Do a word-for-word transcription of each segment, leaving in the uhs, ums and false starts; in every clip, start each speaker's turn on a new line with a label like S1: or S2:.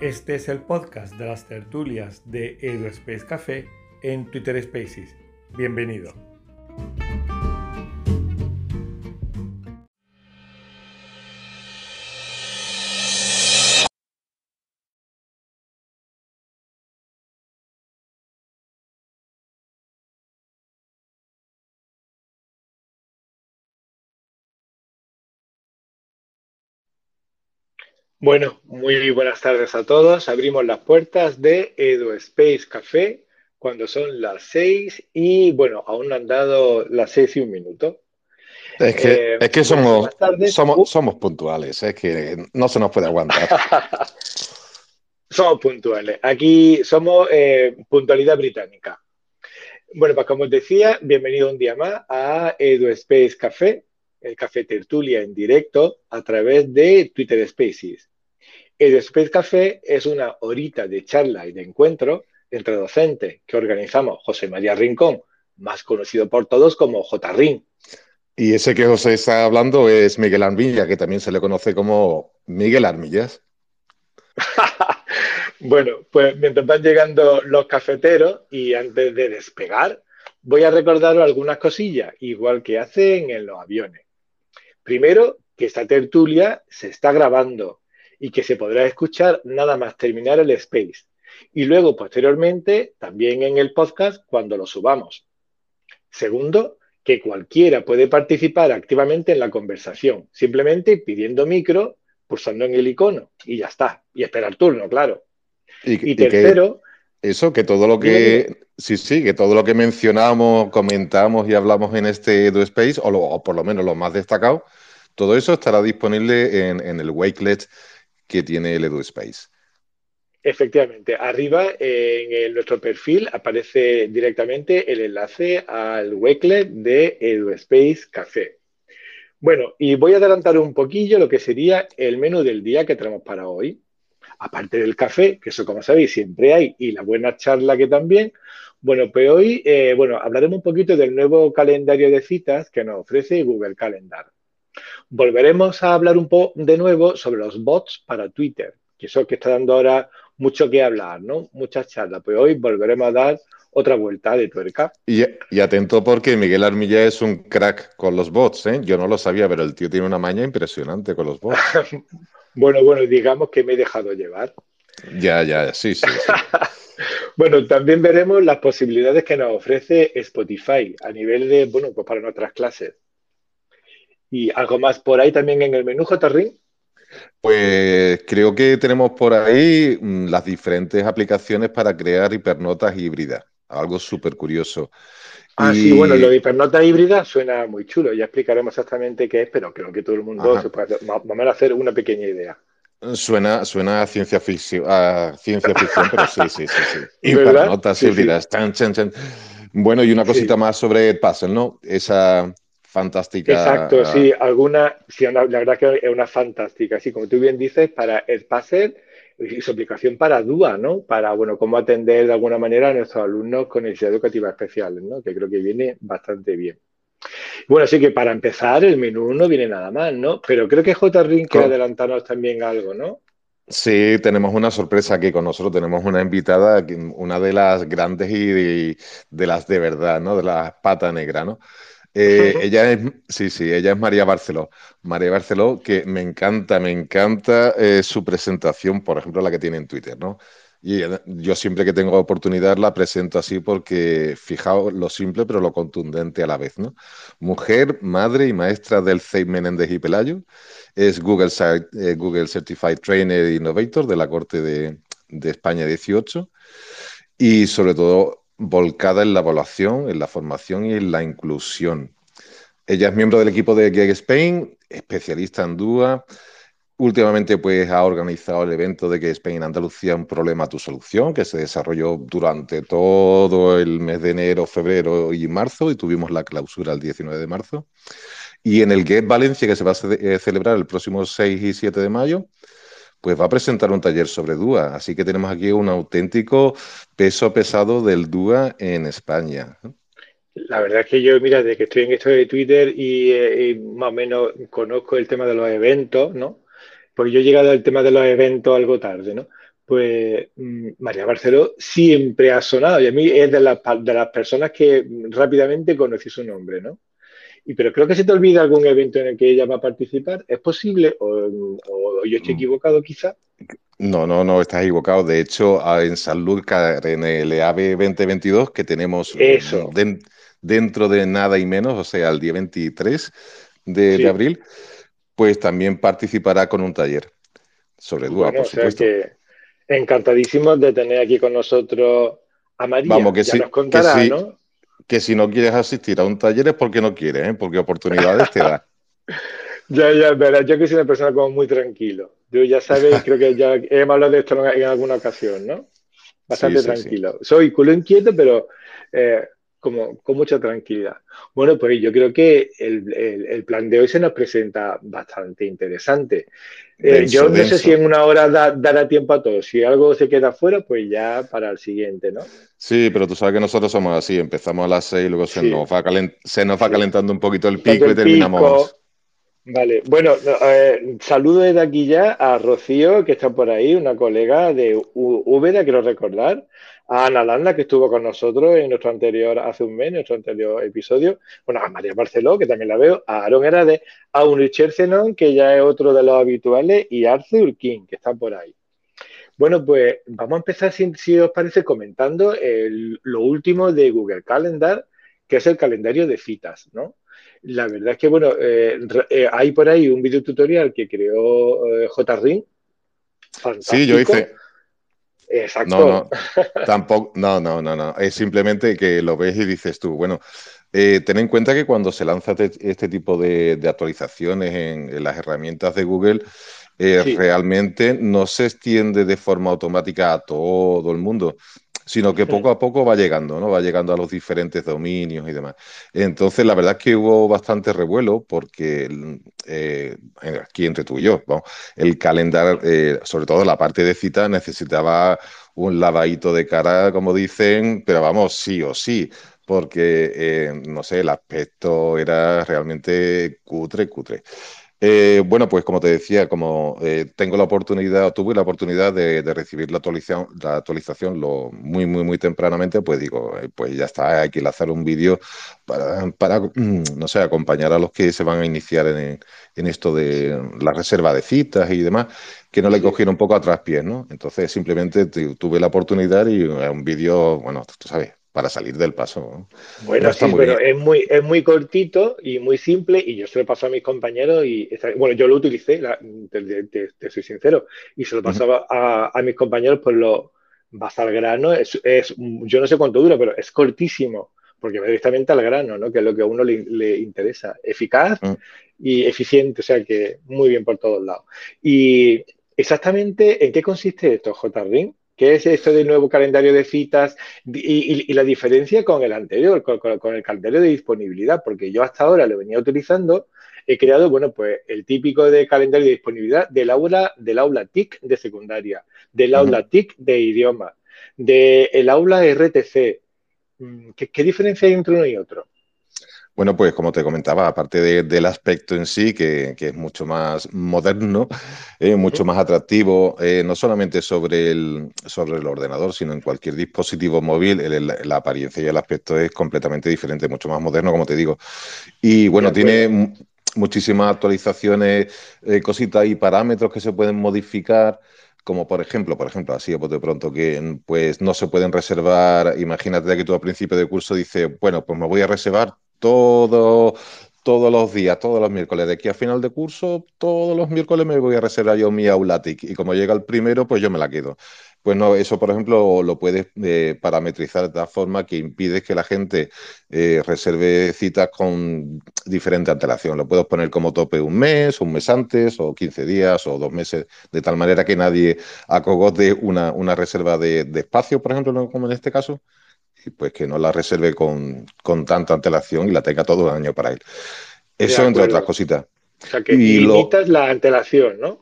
S1: Este es el podcast de las tertulias de EduSpace Café en Twitter Spaces. Bienvenido.
S2: Bueno, muy buenas tardes a todos. Abrimos las puertas de EduSpace Café cuando son las seis y bueno, aún no han dado las seis y un minuto.
S3: Es que,
S2: Eh,
S3: es que
S2: muy
S3: somos,
S2: buenas tardes.
S3: somos,
S2: Uh,
S3: somos puntuales, es que no se nos puede aguantar.
S2: Somos puntuales. Aquí somos eh, puntualidad británica. Bueno, pues como os decía, bienvenido un día más a EduSpace Café, el café tertulia en directo a través de Twitter Spaces. El Space Café es una horita de charla y de encuentro entre docentes que organizamos José María Rincón, más conocido por todos como J. Rin.
S3: Y ese que os está hablando es Miguel Armilla, que también se le conoce como Miguel Armillas.
S2: Bueno, pues mientras van llegando los cafeteros y antes de despegar, voy a recordaros algunas cosillas, igual que hacen en los aviones. Primero, que esta tertulia se está grabando y que se podrá escuchar nada más terminar el space. Y luego, posteriormente, también en el podcast cuando lo subamos. Segundo, que cualquiera puede participar activamente en la conversación, simplemente pidiendo micro, pulsando en el icono y ya está. Y esperar turno, claro. Y
S3: Y, y que
S2: tercero,
S3: eso, que todo lo
S2: dime, dime.
S3: que, sí, sí, que todo lo que mencionamos, comentamos y hablamos en este EduSpace, o, lo- o por lo menos lo más destacado, todo eso estará disponible en, en el Wakelet que tiene el EduSpace.
S2: Efectivamente, arriba eh, en el- nuestro perfil aparece directamente el enlace al Wakelet de EduSpace Café. Bueno, y voy a adelantar un poquillo lo que sería el menú del día que tenemos para hoy. Aparte del café, que eso como sabéis siempre hay, y la buena charla que también, bueno, pues hoy eh, bueno, hablaremos un poquito del nuevo calendario de citas que nos ofrece Google Calendar. Volveremos a hablar un poco de nuevo sobre los bots para Twitter, que eso que está dando ahora mucho que hablar, ¿no? Muchas charlas. Pues hoy volveremos a dar otra vuelta de tuerca.
S3: Y, y atento porque Miguel Armilla es un crack con los bots, ¿eh? Yo no lo sabía, pero el tío tiene una maña impresionante con los bots.
S2: Bueno, bueno, digamos que me he dejado llevar.
S3: Ya, ya, sí, sí, sí.
S2: Bueno, también veremos las posibilidades que nos ofrece Spotify a nivel de, bueno, pues para nuestras clases. Y algo más por ahí también en el menú, Jotarrín.
S3: Pues creo que tenemos por ahí mm, las diferentes aplicaciones para crear hipernotas híbridas. Algo súper curioso.
S2: Ah, sí, bueno, lo
S3: Y,
S2: de hipernota híbrida suena muy chulo. Ya explicaremos exactamente qué es, pero creo que todo el mundo se
S3: ajá,
S2: puede hacer, más o menos hacer una pequeña idea.
S3: suena, suena a ciencia ficción, a ciencia ficción, pero sí, sí, sí, sí.
S2: ¿Verdad?
S3: Hipernotas
S2: Sí, sí,
S3: híbridas. Chan, chan, chan. Bueno, y una cosita
S2: sí.
S3: más sobre el puzzle, ¿no? Esa
S2: Exacto,
S3: fantástica.
S2: sí,
S3: ah,
S2: alguna, sí, una- la verdad que es una fantástica, así como tú bien dices, para el Puzzle y su aplicación para D U A, ¿no? Para, bueno, cómo atender de alguna manera a nuestros alumnos con necesidades educativas especiales, ¿no? Que creo que viene bastante bien. Bueno, así que para empezar, el menú no viene nada mal, ¿no? Pero creo que J. Ring quiere
S3: co-
S2: adelantarnos también algo, ¿no?
S3: Sí, tenemos una sorpresa aquí con nosotros. Tenemos una invitada, que- una de las grandes y de, de las de verdad, ¿no? De las pata negra, ¿no? Eh, ella es, sí, sí, ella es María Barceló. María Barceló, que me encanta, me encanta eh, su presentación, por ejemplo, la que tiene en Twitter, ¿no? Y eh, yo siempre que tengo oportunidad la presento así porque, fijaos, lo simple pero lo contundente a la vez, ¿no? Mujer, madre y maestra del C E I Menéndez y Pelayo, es Google, Cer- eh, Google Certified Trainer Innovator de la Corte de, de España dieciocho y sobre todo volcada en la evaluación, en la formación y en la inclusión. Ella es miembro del equipo de Gig Spain, especialista en D U A. Últimamente pues ha organizado el evento de Gig Spain Andalucía, un problema tu solución, que se desarrolló durante todo el mes de enero, febrero y marzo, y tuvimos la clausura el diecinueve de marzo. Y en el Get Valencia, que se va a ce- eh, celebrar el próximo seis y siete de mayo, pues va a presentar un taller sobre D U A. Así que tenemos aquí un auténtico peso pesado del D U A en España.
S2: La verdad es que yo, mira, desde que estoy en esto de Twitter y, eh, y más o menos conozco el tema de los eventos, ¿no? Porque yo he llegado al tema de los eventos algo tarde, ¿no? Pues mm, María Barceló siempre ha sonado y a mí es de las, pa- de las personas que mm, rápidamente conocí su nombre, ¿no? Y pero creo que se te olvida algún evento en el que ella va a participar. ¿Es posible? ¿O, o yo estoy equivocado quizá?
S3: No, no, no, estás equivocado. De hecho, a- en Sanlúcar, en el AVE veinte veintidós, que tenemos mm,
S2: Eso,
S3: den- dentro de nada y menos, o sea, el día veintitrés de, de
S2: sí.
S3: abril, pues también participará con un taller sobre D U A,
S2: Bueno,
S3: por
S2: o sea
S3: supuesto.
S2: que encantadísimos de tener aquí con nosotros a
S3: Vamos,
S2: María.
S3: que
S2: Ya nos
S3: sí, que
S2: contará,
S3: sí,
S2: ¿no?
S3: que si no quieres asistir a un taller es porque no quieres, ¿eh? Porque oportunidades te da.
S2: Ya, ya, verás, yo que soy una persona como muy tranquilo. Yo ya sabes, creo que ya hemos hablado de esto en en alguna ocasión, ¿no?
S3: Sí,
S2: Bastante
S3: sí, sí.
S2: tranquilo. Soy culo inquieto, pero eh, como, con mucha tranquilidad. Bueno, pues yo creo que el, el- el plan de hoy se nos presenta bastante interesante. Eh, yo
S3: Denso,
S2: no sé si
S3: denso.
S2: en una hora da- dará tiempo a todos. Si algo se queda fuera, pues ya para el siguiente, ¿no?
S3: Sí, pero tú sabes que nosotros somos así, empezamos a las seis, luego se
S2: Sí,
S3: nos va calen- se nos va
S2: sí.
S3: calentando un poquito el
S2: Tanto
S3: pico y
S2: el pico.
S3: terminamos.
S2: Vale, bueno, no, eh, saludo desde aquí ya a Rocío, que está por ahí, una colega de U- Úbeda, quiero recordar, a Ana Landa, que estuvo con nosotros en nuestro anterior, hace un mes, en nuestro anterior episodio, bueno, a María Barceló, que también la veo, a Aaron Herade, a Unicher Zenon, que ya es otro de los habituales, y a Arthur King, que está por ahí. Bueno, pues vamos a empezar, si, si os parece, comentando el- lo último de Google Calendar, que es el calendario de citas, ¿no? La verdad es que, bueno, eh, re- eh, hay por ahí un video tutorial que creó eh, J. Ring,
S3: Sí, yo
S2: fantástico,
S3: hice. No,
S2: exacto,
S3: no, tampoco, no, no, no, no. Es simplemente que lo ves y dices tú, bueno, eh, ten en cuenta que cuando se lanza te- este tipo de, de actualizaciones en, en las herramientas de Google, eh,
S2: sí,
S3: realmente no se extiende de forma automática a todo el mundo, sino que poco a poco va llegando, ¿no? Va llegando a los diferentes dominios y demás. Entonces, la verdad es que hubo bastante revuelo porque eh, aquí entre tú y yo, vamos, el calendario, eh, sobre todo la parte de cita, necesitaba un lavadito de cara, como dicen, pero vamos, sí o sí, porque, eh, no sé, el aspecto era realmente cutre, cutre. Eh, bueno, pues como te decía, como eh, tengo la oportunidad, tuve la oportunidad de, de recibir la actualización, la actualización lo, muy, muy, muy tempranamente, pues digo, eh, pues ya está, hay que lanzar un vídeo para, para, mm, no sé, acompañar a los que se van a iniciar en, en esto de la reserva de citas y demás, que no le
S2: sí.
S3: cogieron un poco a traspiés, ¿no? Entonces simplemente tu- tuve la oportunidad y eh, un vídeo, bueno, tú sabes, para salir del paso, ¿no? Pero
S2: Bueno,
S3: está
S2: sí,
S3: muy
S2: bueno,
S3: bien.
S2: es muy, es muy cortito y muy simple y yo se lo paso a mis compañeros y, está- bueno, yo lo utilicé, la- te, te- te- te soy sincero, y se lo
S3: Ujú.
S2: pasaba a, a mis compañeros, pues lo vas al grano, es, es, yo no sé cuánto dura, pero es cortísimo, porque va directamente al grano, ¿no? Que es lo que a uno le, le interesa, eficaz
S3: Mm.
S2: y eficiente, o sea que muy bien por todos lados. Y exactamente, ¿en qué consiste esto, J. Ring? ¿Qué es esto de nuevo calendario de citas? Y, y- y la diferencia con el anterior, con, con- con el calendario de disponibilidad, porque yo hasta ahora lo venía utilizando, he creado, bueno, pues el típico de calendario de disponibilidad del aula, del aula T I C de secundaria, del
S3: Ujú.
S2: aula T I C de idioma, del aula R T C. Mm, ¿Qué, qué diferencia hay entre uno y otro?
S3: Bueno, pues como te comentaba, aparte de- del aspecto en sí, que, que es mucho más moderno, eh, mucho
S2: Ujú.
S3: más atractivo, eh, no solamente sobre el, sobre el ordenador, sino en cualquier dispositivo móvil, el- el- la apariencia y el aspecto es completamente diferente, mucho más moderno, como te digo. Y
S2: De
S3: bueno, tiene
S2: acuerdo.
S3: mu- muchísimas actualizaciones, eh, cositas y parámetros que se pueden modificar. Como por ejemplo, por ejemplo, así pues de pronto que pues no se pueden reservar. Imagínate que tú al principio de curso dices, bueno, pues me voy a reservar todo, todos los días, todos los miércoles. De aquí a final de curso, todos los miércoles me voy a reservar yo mi Aulatic. Y como llega el primero, pues yo me la quedo. Pues no, eso por ejemplo lo puedes eh, parametrizar de tal forma que impides que la gente eh, reserve citas con diferente antelación. Lo puedes poner como tope un mes, un mes antes, o quince días, o dos meses, de tal manera que nadie acogote una, una reserva de, de espacio, por ejemplo, ¿no? Como en este caso, y pues que no la reserve con, con tanta antelación y la tenga todo el año para él.
S2: De
S3: Eso entre otras
S2: acuerdo.
S3: cositas.
S2: O sea que
S3: Y lo,
S2: limitas la antelación, ¿no?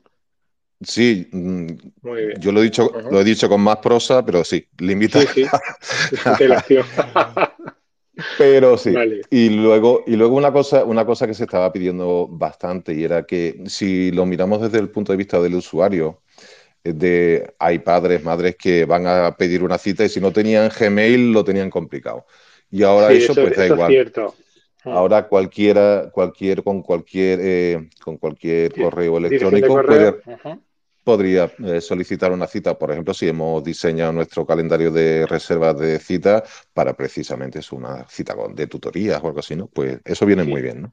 S3: sí, mm,
S2: Muy bien.
S3: yo lo he dicho, lo
S2: Ujú.
S3: he dicho con más prosa, pero sí, limita.
S2: Sí, sí, la antelación.
S3: Pero sí.
S2: Vale.
S3: Y luego, y luego una cosa, una cosa que se estaba pidiendo bastante y era que si lo miramos desde el punto de vista del usuario, de hay padres, madres que van a pedir una cita y si no tenían Gmail lo tenían complicado. Y ahora
S2: Sí,
S3: eso
S2: eso,
S3: pues da
S2: eso es
S3: igual.
S2: cierto. Mm.
S3: Ahora cualquiera, cualquier, con cualquier, eh, con cualquier
S2: Di-
S3: correo
S2: Dirección de
S3: electrónico
S2: correo.
S3: puede,
S2: Ujú.
S3: podría eh, solicitar una cita. Por ejemplo, si hemos diseñado nuestro calendario de reservas de citas para precisamente es una cita con- de tutorías o algo así, ¿no? Pues eso viene muy
S2: Sí.
S3: bien, ¿no?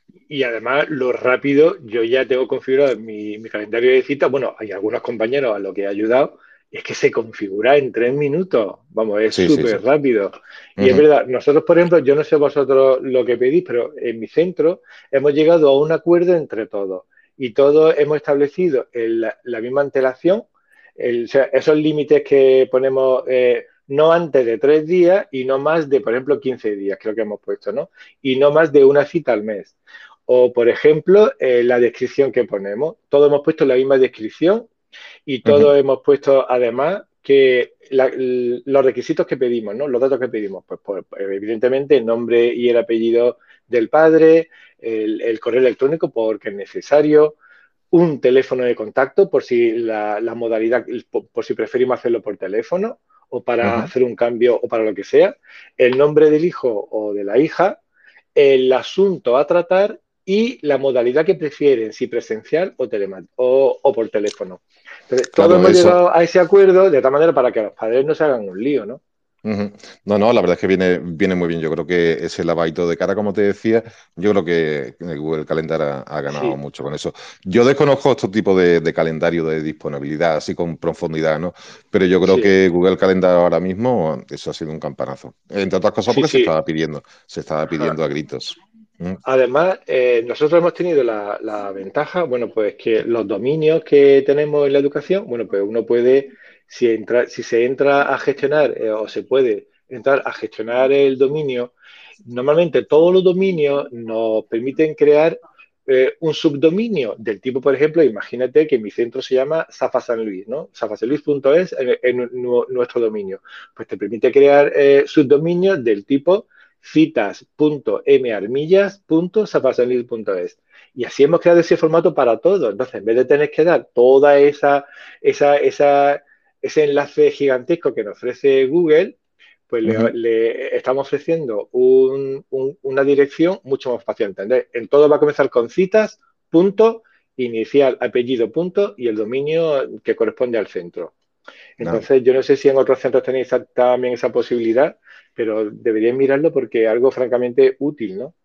S2: Y además, lo rápido, yo ya tengo configurado mi, mi calendario de citas. Bueno, hay algunos compañeros a los que he ayudado, es que se configura en tres minutos. Vamos, es
S3: Sí, sí, sí.
S2: súper rápido. Y es
S3: Ujú,
S2: verdad, nosotros, por ejemplo, yo no sé vosotros lo que pedís, pero en mi centro hemos llegado a un acuerdo entre todos. Y todos hemos establecido el- la, la misma antelación, el- o sea, esos límites que ponemos eh, no antes de tres días y no más de, por ejemplo, quince días, creo que hemos puesto, ¿no? Y no más de una cita al mes. O, por ejemplo, eh, la descripción que ponemos. Todos hemos puesto la misma descripción y
S3: ujú.
S2: todos hemos puesto, además, que la, los requisitos que pedimos, ¿no? Los datos que pedimos. Pues, pues, evidentemente, el nombre y el apellido del padre, el, el correo electrónico, porque es necesario, un teléfono de contacto, por si la, la modalidad, por, por si preferimos hacerlo por teléfono o para
S3: Ujú.
S2: hacer un cambio o para lo que sea, el nombre del hijo o de la hija, el asunto a tratar y la modalidad que prefieren, si presencial o, o, o por teléfono. Entonces, todos
S3: Claro,
S2: hemos
S3: eso.
S2: llegado a ese acuerdo de tal manera para que los padres no se hagan un lío, ¿no?
S3: Ujú. No, no, la verdad es que viene, viene muy bien. Yo creo que ese lavadito de cara, como te decía, yo creo que el Google Calendar ha, ha ganado
S2: Sí,
S3: mucho con eso. Yo desconozco este tipo de, de calendario de disponibilidad, así con profundidad, ¿no? Pero yo creo
S2: sí,
S3: que Google Calendar ahora mismo, eso ha sido un campanazo. Entre otras cosas
S2: sí,
S3: porque se
S2: sí.
S3: estaba pidiendo, se estaba
S2: Ajá.
S3: pidiendo a gritos. ¿Mm?
S2: Además, eh, nosotros hemos tenido la, la ventaja, bueno, pues que los dominios que tenemos en la educación, bueno, pues uno puede, si entra, si se entra a gestionar eh, o se puede entrar a gestionar el dominio, normalmente todos los dominios nos permiten crear eh, un subdominio del tipo, por ejemplo, imagínate que mi centro se llama Safa San Luis, ¿no? safa san luis punto es en, en nu- nuestro dominio. Pues te permite crear eh, subdominios del tipo citas punto m armillas punto safa san luis punto es. Y así hemos creado ese formato para todo. Entonces, en vez de tener que dar toda esa, esa, esa ese enlace gigantesco que nos ofrece Google, pues le,
S3: Ujú.
S2: le estamos ofreciendo un, un, una dirección mucho más fácil de entender. En todo va a comenzar con citas, punto, inicial, apellido, punto, y el dominio que corresponde al centro.
S3: No.
S2: Entonces, yo no sé si en otros centros tenéis también esa posibilidad, pero deberíais mirarlo porque es algo francamente útil, ¿no?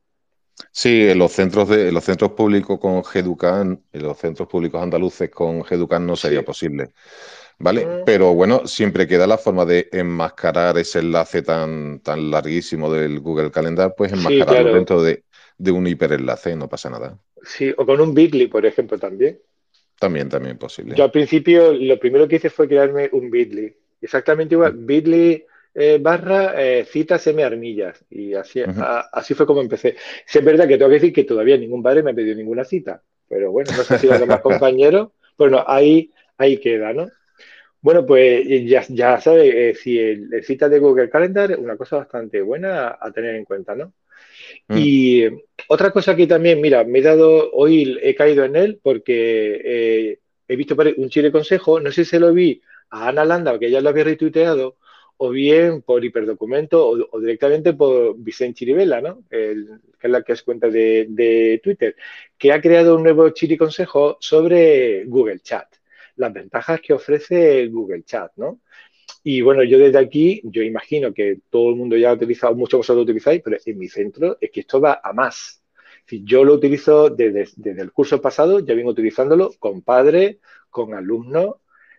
S3: Sí, en los centros de, en los centros públicos con Geducan, en los centros públicos andaluces con Geducan no sería
S2: Sí.
S3: posible. ¿Vale?
S2: Mm,
S3: Pero bueno, siempre queda la forma de enmascarar ese enlace tan, tan larguísimo del Google Calendar, pues
S2: sí,
S3: enmascararlo
S2: claro.
S3: dentro de, de un hiperenlace, no pasa nada.
S2: Sí, o con un Bitly, por ejemplo, también.
S3: También, también
S2: Yo
S3: posible.
S2: al principio lo primero que hice fue crearme un Bitly. Exactamente igual, Bitly eh, barra eh, citas M armillas. Y así,
S3: Ujú.
S2: a- así fue como empecé. Sí, es verdad que tengo que decir que todavía ningún padre me ha pedido ninguna cita. Pero bueno, no sé si los demás compañeros. Bueno, ahí, ahí queda, ¿no? Bueno, pues ya, ya sabes, eh, si el, el cita de Google Calendar es una cosa bastante buena a, a tener en cuenta, ¿no?
S3: Mm.
S2: Y eh, otra cosa que también, mira, me he dado, hoy he caído en él porque eh, he visto por ahí un chile consejo, no sé si se lo vi a Ana Landa, que ella lo había retuiteado, o bien por hiperdocumento o, o directamente por Vicente Chirivella, ¿no? El- que es la que es cuenta de, de Twitter, que ha creado un nuevo chile consejo sobre Google Chat, las ventajas que ofrece el Google Chat, ¿no? Y bueno, yo desde aquí, yo imagino que todo el mundo ya ha utilizado, muchos de vosotros lo utilizáis, pero en mi centro es que esto va a más. Es decir, yo lo utilizo desde, desde el curso pasado, ya vengo utilizándolo con padres, con alumnos,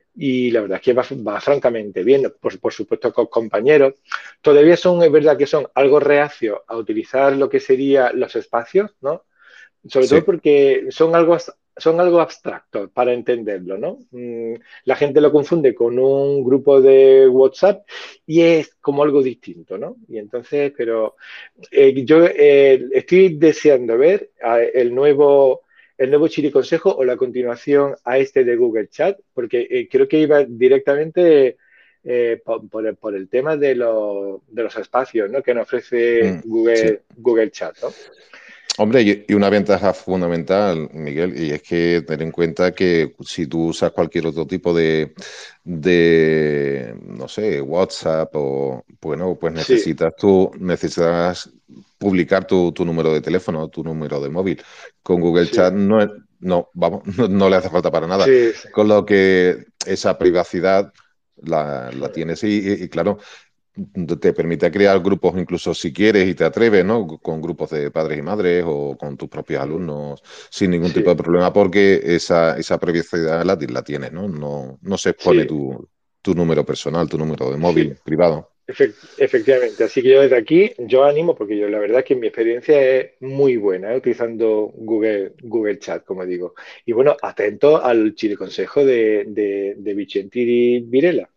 S2: y la verdad es que va, va francamente bien, por, por supuesto con compañeros. Todavía son, es verdad que son algo reacios a utilizar lo que serían los espacios, ¿no? Sobre todo
S3: Sí.
S2: porque son algo, son algo abstractos para entenderlo, ¿no? Mm, La gente lo confunde con un grupo de WhatsApp y es como algo distinto, ¿no? Y entonces, pero eh, yo eh, estoy deseando ver a, el nuevo, el nuevo Chiri Consejo o la continuación a este de Google Chat, porque eh, creo que iba directamente eh, por, por el, por el tema de, lo- de los espacios, ¿no? Que nos ofrece
S3: Mm. Sí.
S2: Google, Google Chat, ¿no?
S3: Hombre, y y una ventaja fundamental, Miguel, y es que tener en cuenta que si tú usas cualquier otro tipo de, de, no sé, WhatsApp o, bueno, pues
S2: Sí,
S3: necesitas tú, necesitas publicar tu, tu número de teléfono, tu número de móvil. Con Google
S2: sí,
S3: Chat no, es- no, vamos, no, no le hace falta para nada.
S2: sí, sí.
S3: Con lo que esa privacidad la, la tienes y, y- y claro, te permite crear grupos incluso si quieres y te atreves, ¿no? Con grupos de padres y madres o con tus propios alumnos sin ningún tipo de
S2: Sí,
S3: problema porque esa, esa privacidad la, la tienes, ¿no? No, no se expone
S2: sí,
S3: tu, tu número personal, tu número de
S2: sí.
S3: móvil privado.
S2: Efec- efectivamente, así que yo desde aquí, yo animo, porque yo la verdad que mi experiencia es muy buena, ¿eh? Utilizando Google, Google Chat, como digo. Y bueno, atento al chile consejo de, de, de Vicentini Virela.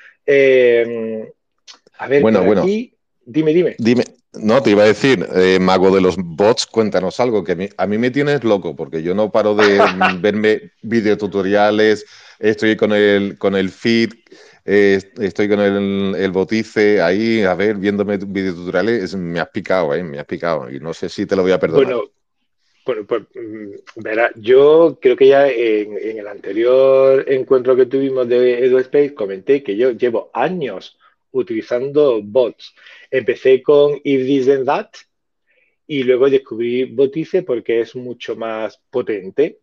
S2: Eh, a ver,
S3: Bueno,
S2: por
S3: bueno,
S2: aquí, dime, dime.
S3: dime, no, te iba a decir, eh, mago de los bots, cuéntanos algo, que a mí, a mí me tienes loco, porque yo no paro de mm, verme videotutoriales, estoy con el, con el feed, eh, estoy con el, el botice ahí, a ver, viéndome videotutoriales, es- me has picado, eh, me has picado, y no sé si te lo voy a perdonar.
S2: Bueno, bueno, pues mm, verá, yo creo que ya en, en el anterior encuentro que tuvimos de EduSpace comenté que yo llevo años utilizando bots. Empecé con If This Then That y luego descubrí Botice porque es mucho más potente.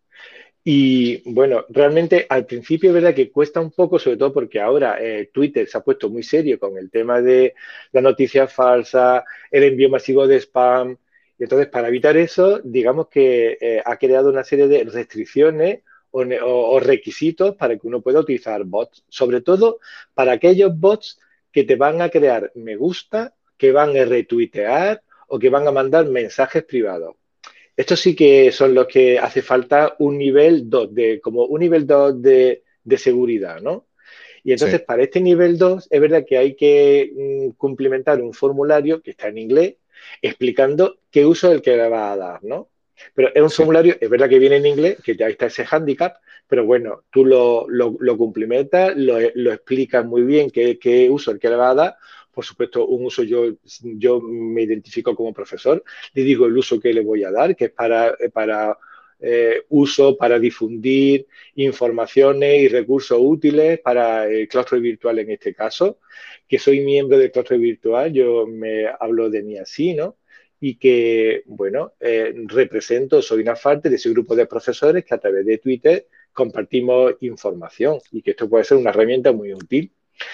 S2: Y bueno, realmente al principio es verdad que cuesta un poco, sobre todo porque ahora eh, Twitter se ha puesto muy serio con el tema de la noticia falsa, el envío masivo de spam. Y entonces, para evitar eso, digamos que eh, ha creado una serie de restricciones o, o, o requisitos para que uno pueda utilizar bots, sobre todo para aquellos bots que te van a crear me gusta, que van a retuitear o que van a mandar mensajes privados. Estos sí que son los que hace falta un nivel dos de, como un nivel dos de, de seguridad, ¿no? Y
S3: Sí,
S2: entonces, para este nivel dos es verdad que hay que mm, cumplimentar un formulario que está en inglés explicando qué uso es el que le va a dar, ¿no? Pero es un
S3: sí.
S2: formulario, es verdad que viene en inglés, que ya está ese handicap, pero bueno, tú lo, lo, lo cumplimentas, lo, lo, explicas muy bien qué, qué uso el que le va a dar. Por supuesto, un uso yo, yo me identifico como profesor, le digo el uso que le voy a dar, que es para, para eh, uso, para difundir informaciones y recursos útiles para el claustro virtual en este caso, que soy miembro del claustro virtual, yo me hablo de mí así, ¿no? Y que, bueno, eh, represento, soy una parte de ese grupo de profesores que a través de Twitter compartimos información y que esto puede ser una herramienta muy útil.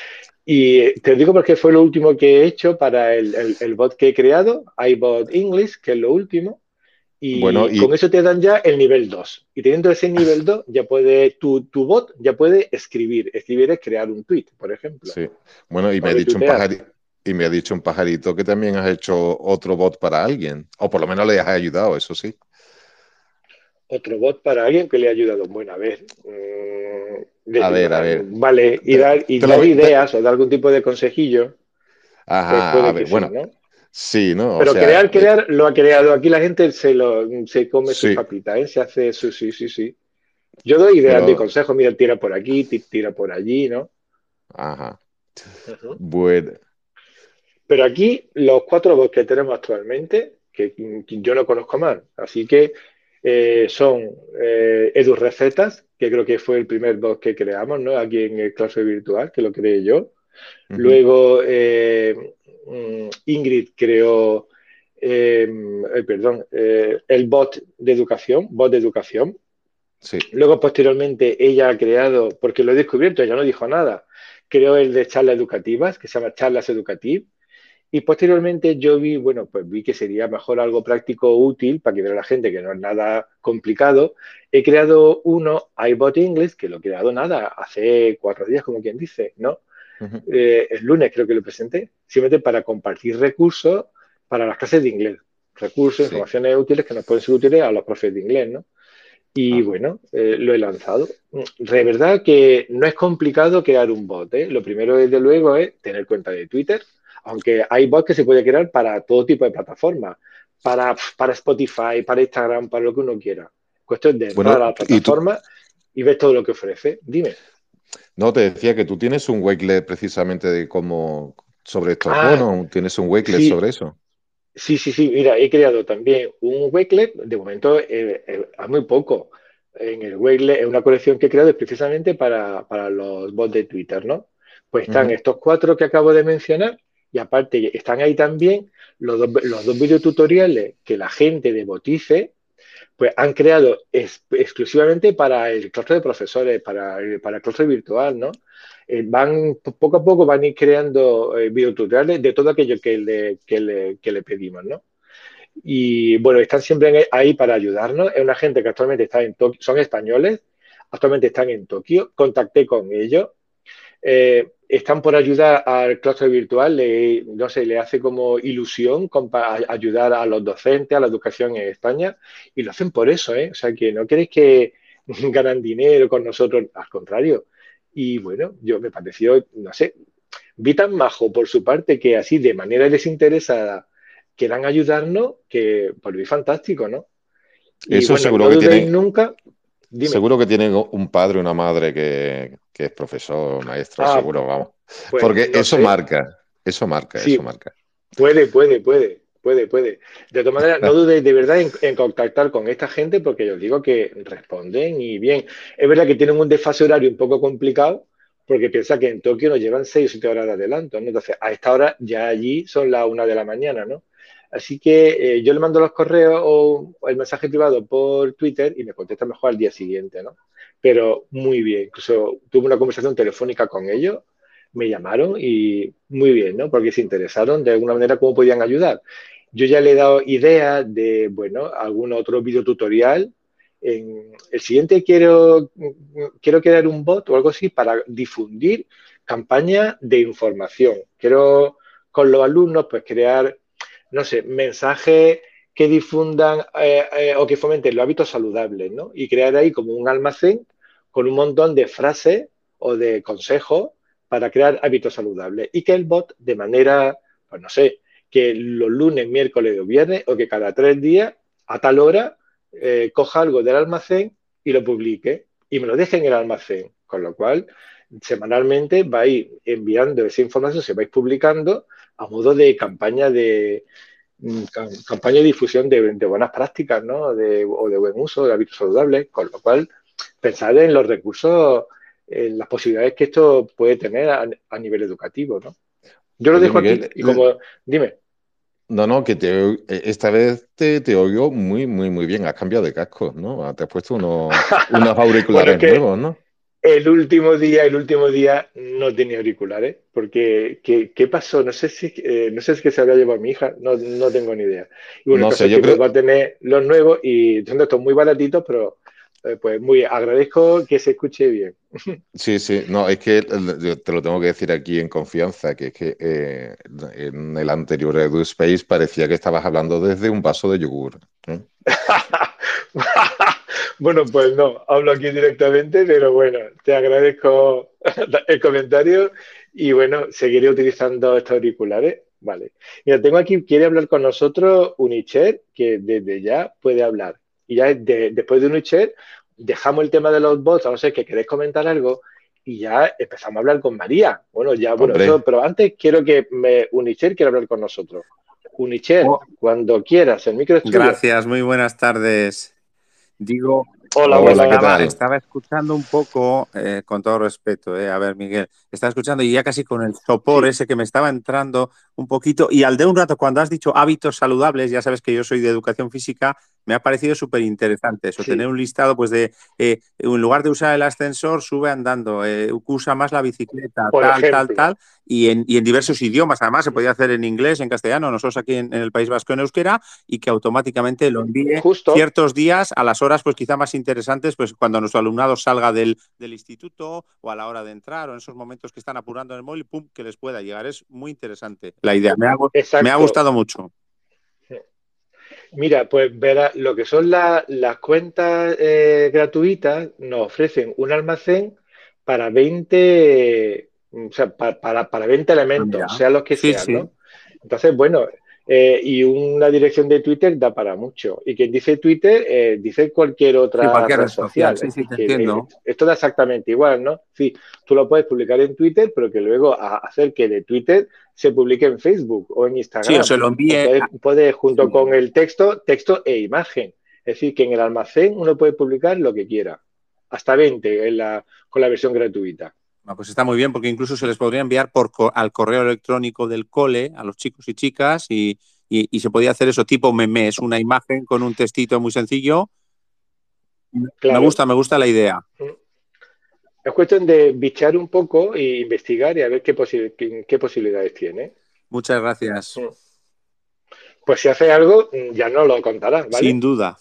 S2: Y te digo porque fue lo último que he hecho para el, el, el bot que he creado, iBot English, que es lo último,
S3: Bueno,
S2: y con
S3: y
S2: eso te dan ya el nivel dos. Y teniendo ese nivel dos, ya puede, tu, tu bot ya puede escribir. Escribir es crear un tweet, por ejemplo,
S3: sí. Bueno, y
S2: o
S3: me ha dicho un
S2: retuitear.
S3: pajarito, y me ha dicho un pajarito que también has hecho otro bot para alguien, o por lo menos le has ayudado, eso sí.
S2: Otro bot para alguien que le ha ayudado. Bueno, a ver, mmm,
S3: A
S2: de,
S3: ver, a ver.
S2: vale, y
S3: Te,
S2: dar, y
S3: te lo
S2: dar
S3: voy- te-
S2: ideas o dar algún tipo de consejillo, pues
S3: Ajá, a
S2: puede que
S3: ver,
S2: sí,
S3: bueno,
S2: ¿no?
S3: sí, ¿no? O
S2: Pero
S3: sea,
S2: crear,
S3: eh,
S2: crear, lo ha creado. Aquí la gente se, lo, se come sus
S3: sí,
S2: papitas, ¿eh? Se hace su, sí, sí, sí. Yo doy ideas de
S3: pero,
S2: consejos, mira, tira por aquí, tira por allí, ¿no?
S3: ajá,
S2: Uh -huh.
S3: bueno,
S2: Pero aquí los cuatro bots que tenemos actualmente, que, que yo no conozco más, así que eh, son eh, Edu Recetas, que creo que fue el primer bot que creamos, ¿no? Aquí en el clase virtual, que lo creé yo.
S3: ujú,
S2: Luego eh, mm, Ingrid creó, eh, eh, perdón, eh, el bot de educación, bot de educación.
S3: sí,
S2: Luego, posteriormente, ella ha creado, porque lo he descubierto, ella no dijo nada, creó el de charlas educativas, que se llama Charlas Educativas. Y posteriormente yo vi, bueno, pues vi que sería mejor algo práctico o útil para que viera la gente que no es nada complicado. He creado uno, iBot English, que lo he creado nada, hace cuatro días, como quien dice, ¿no?
S3: ujú,
S2: Eh, el lunes creo que lo presenté, simplemente para compartir recursos para las clases de inglés. Recursos,
S3: sí,
S2: informaciones útiles que nos pueden ser útiles a los profes de inglés, ¿no? Y
S3: ajá,
S2: bueno, eh, lo he lanzado. De verdad que no es complicado crear un bot, ¿eh? Lo primero, desde luego, es tener cuenta de Twitter, aunque hay bots que se puede crear para todo tipo de plataformas, para, para Spotify, para Instagram, para lo que uno quiera. Cuestión de entrar
S3: bueno,
S2: a la
S3: y tú,
S2: plataforma y ver todo lo que ofrece. Dime.
S3: no, te decía que tú tienes un wakelet precisamente de cómo, sobre estos
S2: Ah,
S3: bonos, tienes un wakelet
S2: sí,
S3: sobre eso.
S2: Sí, sí, sí, mira, he creado también un Wakelet, de momento eh, eh, a muy poco. En el Wakelet es una colección que he creado precisamente para, para los bots de Twitter, ¿no? Pues están
S3: Ujú.
S2: estos cuatro que acabo de mencionar y aparte están ahí también los dos, los dos videotutoriales que la gente de Botice pues han creado es, exclusivamente para el claustro de profesores, para, el- para el claustro virtual, ¿no? Eh, van, poco a poco van a ir creando eh, videotutoriales de todo aquello que le, que le, que le pedimos, ¿no? Y bueno, están siempre ahí para ayudarnos. Es una gente que actualmente está en Tokio, son españoles, actualmente están en Tokio. Contacté con ellos, eh, están por ayudar al claustro virtual, le, no sé, le hace como ilusión compa- ayudar a los docentes, a la educación en España, y lo hacen por eso, ¿eh? O sea, que no creéis que ganan dinero con nosotros, al contrario. Y bueno, yo me pareció, no sé, vi tan majo por su parte que así de manera desinteresada quieran ayudarnos, que pues lo vi fantástico, ¿no? Y
S3: Eso
S2: bueno,
S3: seguro
S2: no
S3: que
S2: dudéis
S3: tienen,
S2: nunca, dime.
S3: seguro que tienen un padre o una madre que, que es profesor, maestro,
S2: Ah,
S3: seguro, vamos.
S2: pues
S3: Porque
S2: no
S3: eso
S2: sé,
S3: marca, eso marca, eso
S2: sí,
S3: marca.
S2: puede, puede, puede, puede, puede. De todas maneras, no dudéis de verdad en, en contactar con esta gente porque yo os digo que responden y bien. Es verdad que tienen un desfase horario un poco complicado porque piensa que en Tokio nos llevan seis o siete horas de adelanto, ¿no? Entonces, a esta hora ya allí son las una de la mañana, ¿no? Así que eh, yo le mando los correos o, o el mensaje privado por Twitter y me contesta mejor al día siguiente, ¿no? Pero muy bien. Incluso tuve una conversación telefónica con ellos, me llamaron y muy bien, ¿no? Porque se interesaron de alguna manera cómo podían ayudar. Yo ya le he dado ideas de, bueno, algún otro videotutorial. En el siguiente quiero, quiero crear un bot o algo así para difundir campañas de información. Quiero con los alumnos pues crear, no sé, mensajes que difundan eh, eh, o que fomenten los hábitos saludables, ¿no? Y crear ahí como un almacén con un montón de frases o de consejos para crear hábitos saludables y que el bot de manera, pues no sé, que los lunes, miércoles o viernes o que cada tres días a tal hora eh, coja algo del almacén y lo publique y me lo deje en el almacén, con lo cual semanalmente vais enviando esa información, se vais publicando a modo de campaña de campaña de difusión de, de buenas prácticas, ¿no? De, o de buen uso, de hábitos saludables, con lo cual pensar en los recursos, en las posibilidades que esto puede tener a, a nivel educativo, ¿no? Yo lo
S3: Oye,
S2: dejo aquí
S3: Miguel,
S2: y como, dime.
S3: no, no, que te, eh, esta vez te, te oigo muy, muy, muy bien. Has cambiado de casco, ¿no? Te has puesto unos, unos
S2: Bueno, es
S3: auriculares
S2: que
S3: nuevos, ¿no?
S2: el último día, el último día no tenía auriculares, porque ¿qué, qué pasó? No sé si, eh, no sé si es que se había llevado a mi hija, no, no tengo ni idea. Y bueno, el
S3: No
S2: caso
S3: sé,
S2: es
S3: yo
S2: que
S3: creo,
S2: vuelvo a tener los nuevos y son de estos muy baratitos, pero eh, pues muy agradezco que se escuche bien.
S3: sí, sí, no, es que el- yo te lo tengo que decir aquí en confianza, que es que eh, en el anterior EduSpace parecía que estabas hablando desde un vaso de yogur, ¿eh?
S2: Bueno, pues no, hablo aquí directamente, pero bueno, te agradezco el comentario y bueno, seguiré utilizando estos auriculares. Vale. Mira, tengo aquí, quiere hablar con nosotros Unicher, que desde ya puede hablar. Y ya de- después de Unicher, dejamos el tema de los bots, a no ser que queréis comentar algo, y ya empezamos a hablar con María. Bueno, ya, bueno,
S3: Hombre,
S2: eso, pero antes quiero que me, Unicher quiera hablar con nosotros. Unicher,
S4: Oh,
S2: cuando quieras, el micro es tuyo.
S4: gracias, muy buenas tardes. Digo,
S2: Hola,
S4: que
S3: hola, ¿qué
S2: buenas.
S4: estaba,
S3: tal?
S4: estaba escuchando un poco, eh, con todo respeto, eh, a ver, Miguel, estaba escuchando y ya casi con el sopor
S2: Sí,
S4: ese que me estaba entrando un poquito, y al de un rato, cuando has dicho hábitos saludables, ya sabes que yo soy de educación física, me ha parecido súper interesante eso, tener
S2: sí,
S4: un listado pues de, eh, en lugar de usar el ascensor, sube andando, eh, usa más la bicicleta,
S2: por
S4: tal, tal,
S2: ejemplo,
S4: tal, y en, y en diversos idiomas, además se podía hacer en inglés, en castellano, nosotros aquí en, en el País Vasco en euskera, y que automáticamente lo envíe
S2: justo,
S4: ciertos días a las horas pues quizá más interesantes, pues cuando nuestro alumnado salga del, del instituto o a la hora de entrar o en esos momentos que están apurando en el móvil, pum, que les pueda llegar. Es muy interesante la idea. Me ha, me ha
S2: exacto.
S4: gustado mucho.
S2: Mira, pues verá, lo que son la- las cuentas eh, gratuitas nos ofrecen un almacén para veinte, o sea, pa- para, para veinte
S4: Ah,
S2: elementos,
S4: mira.
S2: sean los que
S4: Sí,
S2: sean,
S4: sí.
S2: ¿no? Entonces, bueno, Eh, y una dirección de Twitter da para mucho. Y quien dice Twitter, eh, dice cualquier
S4: Sí,
S2: otra
S4: cualquier
S2: red
S4: red social,
S2: social.
S4: sí,
S2: Es
S4: sí,
S2: decir,
S4: te
S2: que eh,
S4: entiendo.
S2: esto da exactamente igual, ¿no? Sí, tú lo puedes publicar en Twitter, pero que luego a hacer que de Twitter se publique en Facebook o en
S4: Sí, o
S2: Instagram.
S4: se lo
S2: O
S4: envíe.
S2: puedes,
S4: a-
S2: puedes junto con
S4: sí.
S2: el texto, texto e imagen. Es decir, que en el almacén uno puede publicar lo que quiera. Hasta veinte en la, con la versión gratuita.
S4: Ah, pues está muy bien, porque incluso se les podría enviar por co- al correo electrónico del cole a los chicos y chicas y, y- y se podía hacer eso tipo memes, una imagen con un textito muy sencillo. Me
S2: Claro.
S4: gusta, me gusta la idea.
S2: Es cuestión de bichar un poco e investigar y a ver qué, posi- qué, qué posibilidades tiene.
S4: Muchas gracias.
S2: Pues si hace algo, ya no lo contarás,
S4: Sin
S2: ¿vale?
S4: duda.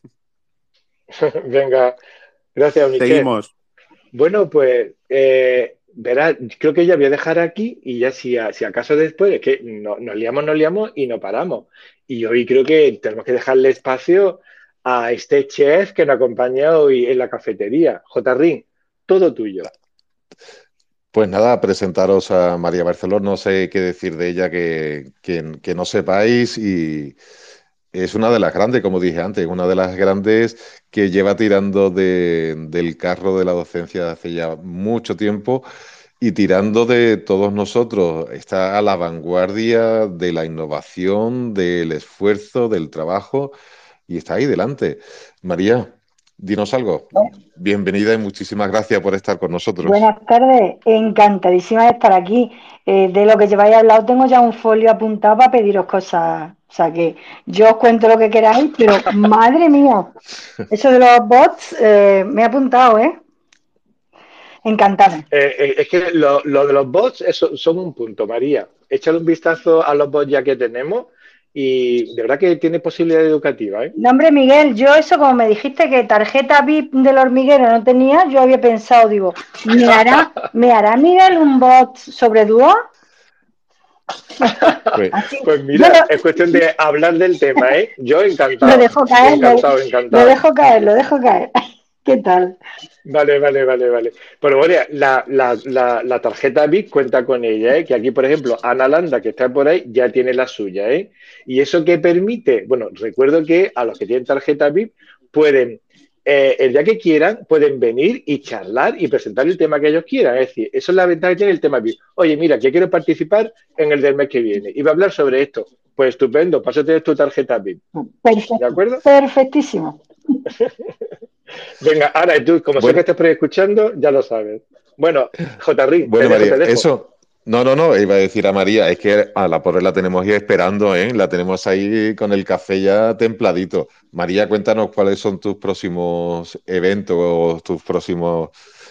S2: Venga, gracias, Michelle.
S4: Seguimos.
S2: Bueno, pues eh, verás, creo que ya voy a dejar aquí y ya si, a- si acaso después es que no- nos liamos, nos liamos y no paramos. Y hoy creo que tenemos que dejarle espacio a este chef que nos acompaña hoy en la cafetería. J. Ring, todo tuyo.
S3: Pues nada, presentaros a María Barceló, no sé qué decir de ella que, que- que no sepáis y es una de las grandes, como dije antes, una de las grandes que lleva tirando de- del carro de la docencia hace ya mucho tiempo y tirando de todos nosotros. Está a la vanguardia de la innovación, del esfuerzo, del trabajo y está ahí delante. María, dinos algo. Bienvenida y muchísimas gracias por estar con nosotros.
S5: Buenas tardes, encantadísima de estar aquí. Eh, de lo que lleváis hablado tengo ya un folio apuntado para pediros cosas. O sea que yo os cuento lo que queráis, pero madre mía, eso de los bots eh, me he apuntado, ¿eh? Encantada.
S2: Eh, eh, es que lo, lo de los bots eso, son un punto, María. Échale un vistazo a los bots ya que tenemos y de verdad que tiene posibilidad educativa, ¿eh?
S5: No, hombre, Miguel, yo eso como me dijiste que tarjeta V I P del hormiguero no tenía, yo había pensado, digo, ¿me hará, ¿me hará Miguel un bot sobre Duo?
S3: Pues,
S5: Así,
S2: Pues
S5: yo
S2: mira, es cuestión de hablar del tema, ¿eh? Yo
S5: lo, lo
S2: encantado,
S5: dejo caer, lo,
S2: encantado,
S5: lo
S2: encantado.
S5: dejo caer, lo dejo caer. ¿Qué tal?
S2: Vale, vale, vale, vale. Pero bueno, la, la, la, la tarjeta V I P cuenta con ella, ¿eh? Que aquí, por ejemplo, Ana Landa, que está por ahí, ya tiene la suya, ¿eh? ¿Y eso qué permite? Bueno, recuerdo que a los que tienen tarjeta V I P pueden, eh, el día que quieran, pueden venir y charlar y presentar el tema que ellos quieran. Es decir, eso es la ventaja que tiene el tema V I P. Oye, mira, que quiero participar en el del mes que viene y va a hablar sobre esto. Pues estupendo, pásate tu tarjeta V I P. ¿De
S5: Perfecto,
S2: acuerdo?
S5: perfectísimo.
S2: Venga, ahora tú, como sé que
S3: bueno,
S2: estás por ahí escuchando, ya lo sabes. Bueno, J. Ring, te
S3: bueno,
S2: dejo,
S3: María,
S2: te dejo.
S3: eso, no, no, no, iba a decir a María, es que a la pobre la tenemos ya esperando, ¿eh? La tenemos ahí con el café ya templadito. María, cuéntanos cuáles son tus próximos eventos o tus próximos,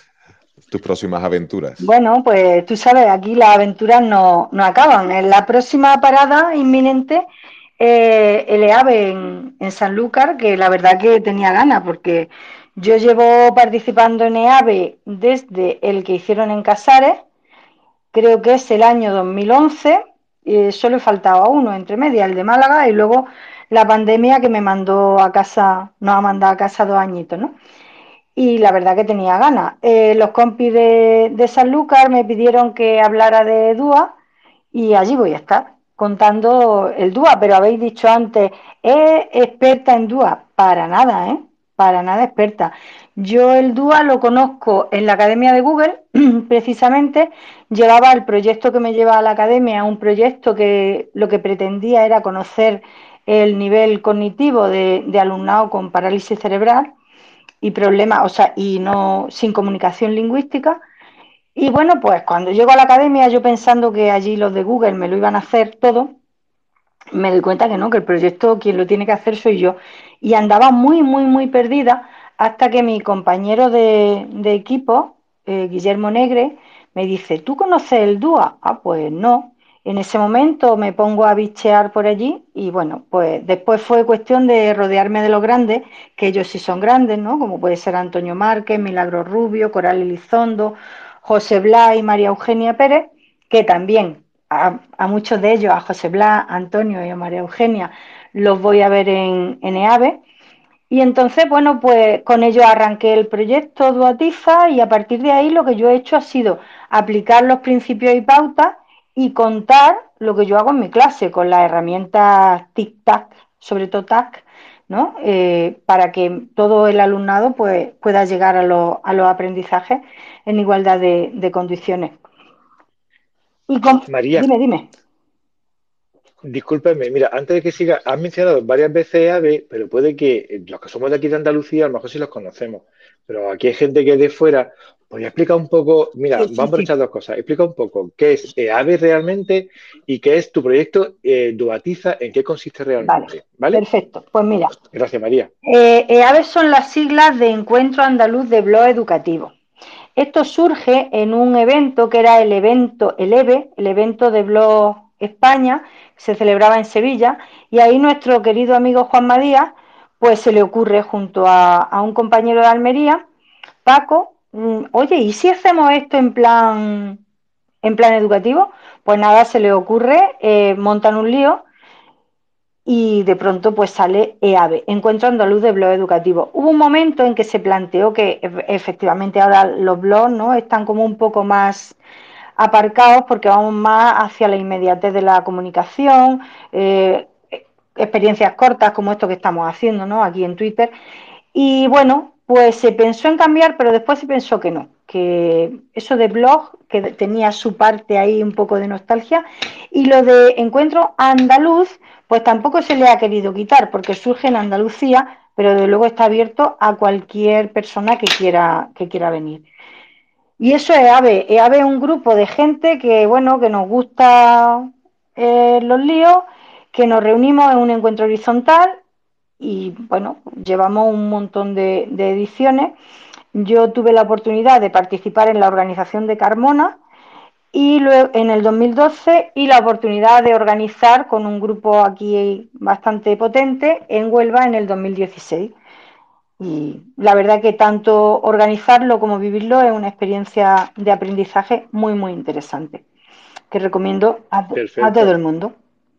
S3: tus próximas aventuras.
S5: Bueno, pues tú sabes, aquí las aventuras no, no acaban. En la próxima parada inminente, eh, el EAVE en, en Sanlúcar, que la verdad que tenía ganas, porque yo llevo participando en EAVE desde el que hicieron en Casares, creo que es el año dos mil once, eh, solo faltaba uno entre medias, el de Málaga, y luego la pandemia que me mandó a casa, nos ha mandado a casa dos añitos, ¿no? Y la verdad que tenía ganas. Eh, los compis de, de Sanlúcar me pidieron que hablara de DUA y allí voy a estar contando el DUA, pero habéis dicho antes, ¿es experta en DUA? Para nada, ¿eh? Para nada experta. Yo el DUA lo conozco en la Academia de Google, precisamente, llevaba el proyecto que me lleva a la Academia, un proyecto que lo que pretendía era conocer el nivel cognitivo de, de alumnado con parálisis cerebral y problemas, o sea, y no sin comunicación lingüística. Y bueno, pues cuando llego a la academia, yo pensando que allí los de Google me lo iban a hacer todo, me doy cuenta que no, que el proyecto quien lo tiene que hacer soy yo. Y andaba muy, muy, muy perdida hasta que mi compañero de, de equipo, eh, Guillermo Negre, me dice, ¿tú conoces el DUA? Ah, pues no. En ese momento me pongo a bichear por allí y bueno, pues después fue cuestión de rodearme de los grandes, que ellos sí son grandes, ¿no? Como puede ser Antonio Márquez, Milagro Rubio, Coral Elizondo, José Blas y María Eugenia Pérez, que también a, a muchos de ellos, a José Blas, a Antonio y a María Eugenia, los voy a ver en, en EAVE. Y entonces, bueno, pues con ellos arranqué el proyecto Duatiza y a partir de ahí lo que yo he hecho ha sido aplicar los principios y pautas y contar lo que yo hago en mi clase con las herramientas Tic-Tac, sobre todo Tac, ¿no? Eh, para que todo el alumnado pues, pueda llegar a, lo, a los aprendizajes en igualdad de, de condiciones. Y con...
S2: María,
S5: Dime, dime.
S2: discúlpeme, mira, antes de que siga, has mencionado varias veces AVE, pero puede que los que somos de aquí de Andalucía, a lo mejor sí los conocemos, pero aquí hay gente que es de fuera. ¿Podría explicar un poco? Mira,
S5: Sí, sí,
S2: vamos a
S5: sí.
S2: echar dos cosas. Explica un poco qué es AVE realmente y qué es tu proyecto eh, Duatiza, en qué consiste
S5: Vale,
S2: realmente, ¿vale?
S5: perfecto. Pues mira,
S2: Gracias, María.
S5: eh, EABE son las siglas de Encuentro Andaluz de Blog Educativo. Esto surge en un evento que era el evento, el EVE, el evento de Blog España, que se celebraba en Sevilla, y ahí nuestro querido amigo Juan Díaz, pues se le ocurre junto a, a un compañero de Almería, Paco, mm, oye, ¿y si hacemos esto en plan, en plan educativo? Pues nada, se le ocurre, eh, montan un lío y de pronto pues sale EABE, Encuentro Andaluz de Blog Educativo. Hubo un momento en que se planteó que efectivamente ahora los blogs, ¿no?, están como un poco más aparcados porque vamos más hacia la inmediatez de la comunicación, eh, experiencias cortas como esto que estamos haciendo, ¿no?, aquí en Twitter. Y bueno, pues se pensó en cambiar, pero después se pensó que no, que eso de blog, que tenía su parte ahí un poco de nostalgia, y lo de Encuentro Andaluz, pues tampoco se le ha querido quitar, porque surge en Andalucía, pero de luego está abierto a cualquier persona que quiera, que quiera venir. Y eso es AVE. AVE es un grupo de gente que, bueno, que nos gusta eh, los líos, que nos reunimos en un encuentro horizontal y, bueno, llevamos un montón de, de ediciones. Yo tuve la oportunidad de participar en la organización de Carmona y luego en el dos mil doce y la oportunidad de organizar con un grupo aquí bastante potente en Huelva en el dos mil dieciséis. Y la verdad que tanto organizarlo como vivirlo es una experiencia de aprendizaje muy, muy interesante, que recomiendo a, a todo
S2: Perfecto.
S5: el mundo.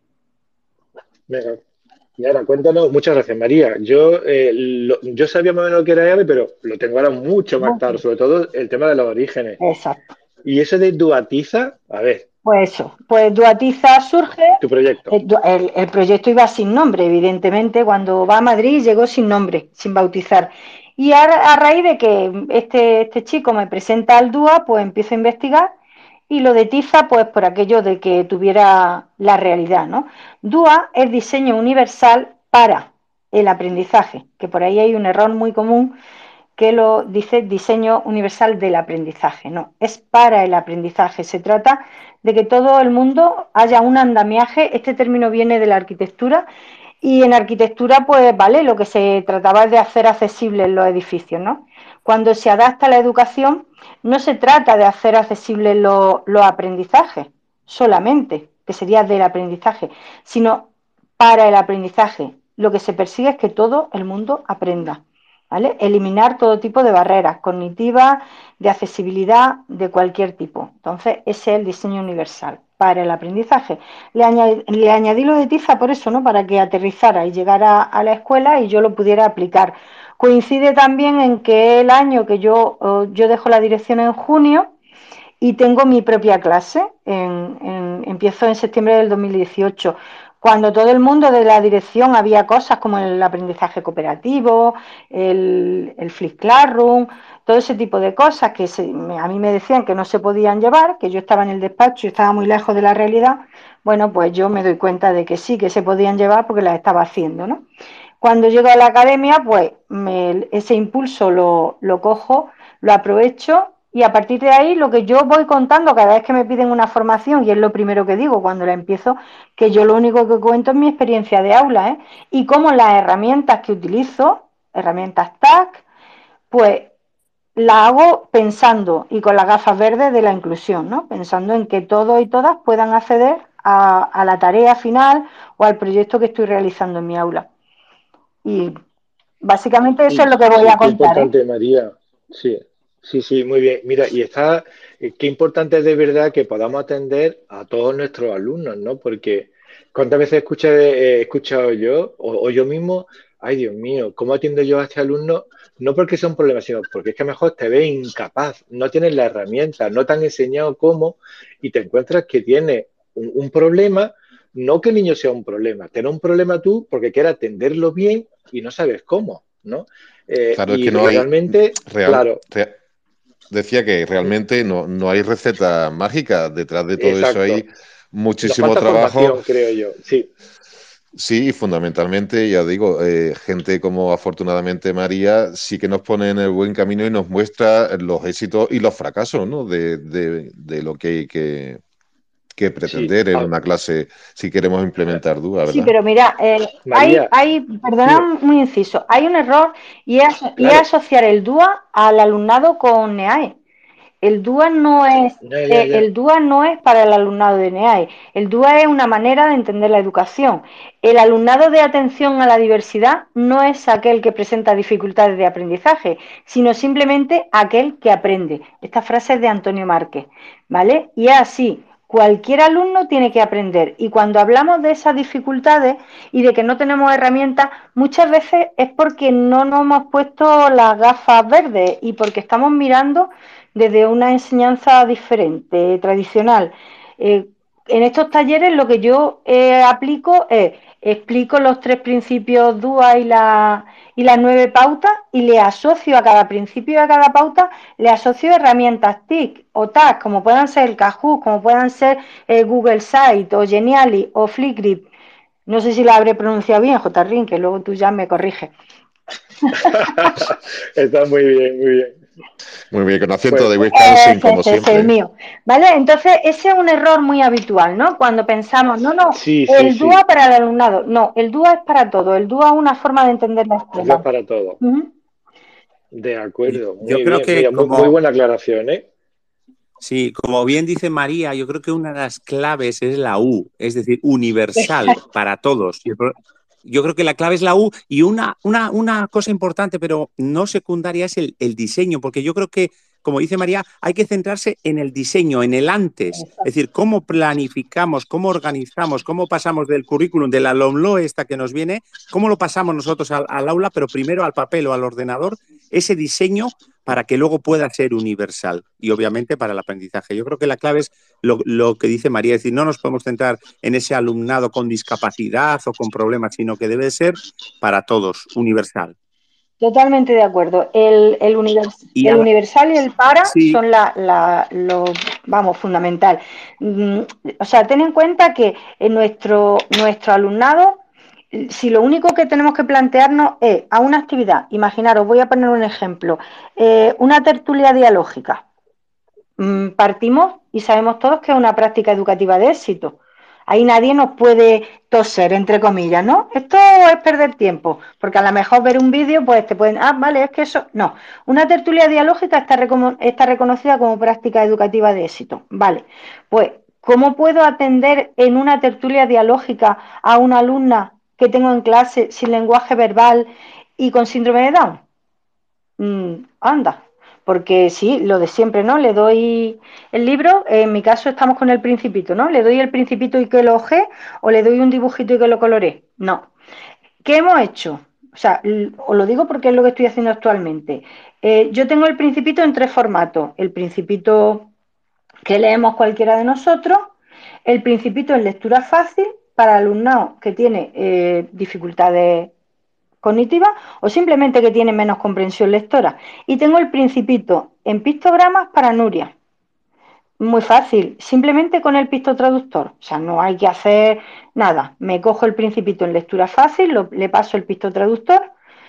S2: Venga. Y ahora, cuéntanos, muchas gracias, María. Yo, eh, lo- yo sabía más o menos lo que era AVE, pero lo tengo ahora mucho más claro, sobre todo el tema de los orígenes.
S5: Exacto.
S2: Y eso de Duatiza, a ver,
S5: Pues eso, pues Duatiza surge,
S2: tu proyecto.
S5: el, el- el proyecto iba sin nombre, evidentemente, cuando va a Madrid llegó sin nombre, sin bautizar. Y a, a raíz de que este, este chico me presenta al DUA, pues empiezo a investigar y lo de Tiza, pues por aquello de que tuviera la realidad, ¿no? DUA es diseño universal para el aprendizaje, que por ahí hay un error muy común que lo dice diseño universal del aprendizaje. No, es para el aprendizaje. Se trata de que todo el mundo haya un andamiaje. Este término viene de la arquitectura y en arquitectura, pues vale, lo que se trataba es de hacer accesibles los edificios, ¿no? Cuando se adapta a la educación, no se trata de hacer accesibles los, los aprendizajes solamente, que sería del aprendizaje, sino para el aprendizaje. Lo que se persigue es que todo el mundo aprenda. ¿Vale? Eliminar todo tipo de barreras cognitivas, de accesibilidad, de cualquier tipo. Entonces, ese es el diseño universal para el aprendizaje. Le añadí, le añadí lo de Tiza por eso, ¿no? Para que aterrizara y llegara a la escuela y yo lo pudiera aplicar. Coincide también en que el año que yo, yo dejo la dirección en junio y tengo mi propia clase, en, en, empiezo en septiembre del dos mil dieciocho, cuando todo el mundo de la dirección había cosas como el aprendizaje cooperativo, el, el Flip Classroom, todo ese tipo de cosas que se, a mí me decían que no se podían llevar, que yo estaba en el despacho y estaba muy lejos de la realidad. Bueno, pues yo me doy cuenta de que sí, que se podían llevar porque las estaba haciendo, ¿no? Cuando llego a la academia, pues me, ese impulso lo, lo cojo, lo aprovecho y a partir de ahí lo que yo voy contando cada vez que me piden una formación, y es lo primero que digo cuando la empiezo, que yo lo único que cuento es mi experiencia de aula, ¿eh? Y cómo las herramientas que utilizo, herramientas T A C, pues las hago pensando y con las gafas verdes de la inclusión, ¿no? Pensando en que todos y todas puedan acceder a, a la tarea final o al proyecto que estoy realizando en mi aula. Y básicamente eso es lo que voy
S2: Sí,
S5: a
S2: qué
S5: contar, ¿eh?
S2: importante, María. Sí, sí, sí, muy bien. Mira, y está, eh, qué importante es de verdad que podamos atender a todos nuestros alumnos, ¿no? Porque cuántas veces escucha- eh, he escuchado yo, o, o yo mismo, ay, Dios mío, ¿cómo atiendo yo a este alumno? No porque sea un problema, sino porque es que a lo mejor te ves incapaz, no tienes la herramienta, no te han enseñado cómo, y te encuentras que tienes un, un problema, no que el niño sea un problema, tener un problema tú porque quieres atenderlo bien y no sabes cómo, ¿no? Eh,
S3: Claro, es
S2: y,
S3: que no
S2: y
S3: hay
S2: realmente,
S3: real,
S2: claro,
S3: rea- decía que realmente no, no hay receta mágica. Detrás de todo eso hay
S2: exacto. Nos
S3: muchísimo
S2: falta
S3: trabajo.
S2: formación, creo yo, sí.
S3: Sí, y fundamentalmente, ya digo, eh, gente como afortunadamente María sí que nos pone en el buen camino y nos muestra los éxitos y los fracasos, ¿no? De, de- de lo que hay que, que
S2: Sí,
S3: pretender en
S2: ah,
S3: una clase si queremos implementar duda,
S5: Sí,
S3: ¿verdad?
S5: pero mira, eh, hay,
S2: María,
S5: hay, perdona
S2: dime,
S5: un inciso, hay un error y es, y es
S2: claro,
S5: asociar el D U A al alumnado con NEAE. El D U A no es,
S2: ya, ya,
S5: eh,
S2: ya.
S5: el D U A no es para el alumnado de NEAE. El D U A es una manera de entender la educación. El alumnado de atención a la diversidad no es aquel que presenta dificultades de aprendizaje, sino simplemente aquel que aprende. Esta frase es de Antonio Márquez, ¿vale? Y es así. Cualquier alumno tiene que aprender y cuando hablamos de esas dificultades y de que no tenemos herramientas, muchas veces es porque no nos hemos puesto las gafas verdes y porque estamos mirando desde una enseñanza diferente, tradicional. Eh, en estos talleres lo que yo eh, aplico es, explico los tres principios D U A y, la, y las nueve pautas y le asocio a cada principio y a cada pauta, le asocio herramientas T I C o T A C, como puedan ser el Kahoot, como puedan ser eh, Google Site o Geniali o Flipgrid. No sé si la habré pronunciado bien, J. Rin, que luego tú ya me corriges.
S2: Está muy bien, muy bien.
S3: Muy bien, con acento
S2: Pues
S3: de Wisconsin,
S5: Ese,
S3: como
S5: ese es el
S3: siempre.
S5: mío. ¿Vale? Entonces, ese es un error muy habitual, ¿no? Cuando pensamos, no, no,
S2: sí, sí,
S5: el D U A
S2: sí,
S5: para el alumnado. No, el D U A es para todo. El D U A es una forma de entender la
S2: eso es
S5: escuela.
S2: para todo.
S5: Ujú.
S2: De
S4: Y
S2: acuerdo,
S4: yo
S2: muy
S4: creo
S2: bien.
S4: que
S2: Mira, muy, muy
S4: como,
S2: buena aclaración, ¿eh?
S4: sí, como bien dice María, yo creo que una de las claves es la U, es decir, universal para todos. Y el pro- Yo creo que la clave es la U y una, una, una cosa importante, pero no secundaria, es el, el diseño, porque yo creo que, como dice María, hay que centrarse en el diseño, en el antes. Es decir, cómo planificamos, cómo organizamos, cómo pasamos del currículum, de la LOMLOE esta que nos viene, cómo lo pasamos nosotros al, al aula, pero primero al papel o al ordenador, ese diseño para que luego pueda ser universal y obviamente para el aprendizaje. Yo creo que la clave es lo, lo que dice María, es decir, no nos podemos centrar en ese alumnado con discapacidad o con problemas, sino que debe ser para todos, universal.
S5: Totalmente de acuerdo. El, el, univers,
S4: Y
S5: el
S4: a la,
S5: universal y el para
S4: sí,
S5: son la, la, lo, vamos, fundamental. Mm, o sea, ten en cuenta que en nuestro, nuestro alumnado, si lo único que tenemos que plantearnos es a una actividad, imaginaros, voy a poner un ejemplo, eh, una tertulia dialógica. Mm, partimos y sabemos todos que es una práctica educativa de éxito. Ahí nadie nos puede toser, entre comillas, ¿no? Esto es perder tiempo, porque a lo mejor ver un vídeo, pues te pueden, ah, vale, es que eso, no. Una tertulia dialógica está, está reconocida como práctica educativa de éxito. Vale, pues, ¿cómo puedo atender en una tertulia dialógica a una alumna que tengo en clase sin lenguaje verbal y con síndrome de Down? Mm, anda, porque sí, lo de siempre, ¿no? Le doy el libro, en mi caso estamos con el Principito, ¿no? Le doy el Principito y que lo ojee o le doy un dibujito y que lo coloree. No. ¿Qué hemos hecho? O sea, os lo digo porque es lo que estoy haciendo actualmente. Eh, yo tengo el Principito en tres formatos. El Principito que leemos cualquiera de nosotros, el Principito en lectura fácil para alumnado que tiene eh, dificultades cognitiva o simplemente que tiene menos comprensión lectora. Y tengo el Principito en pictogramas para Nuria. Muy fácil, simplemente con el pictotraductor. O sea, no hay que hacer nada. Me cojo el Principito en lectura fácil, lo, le paso el pictotraductor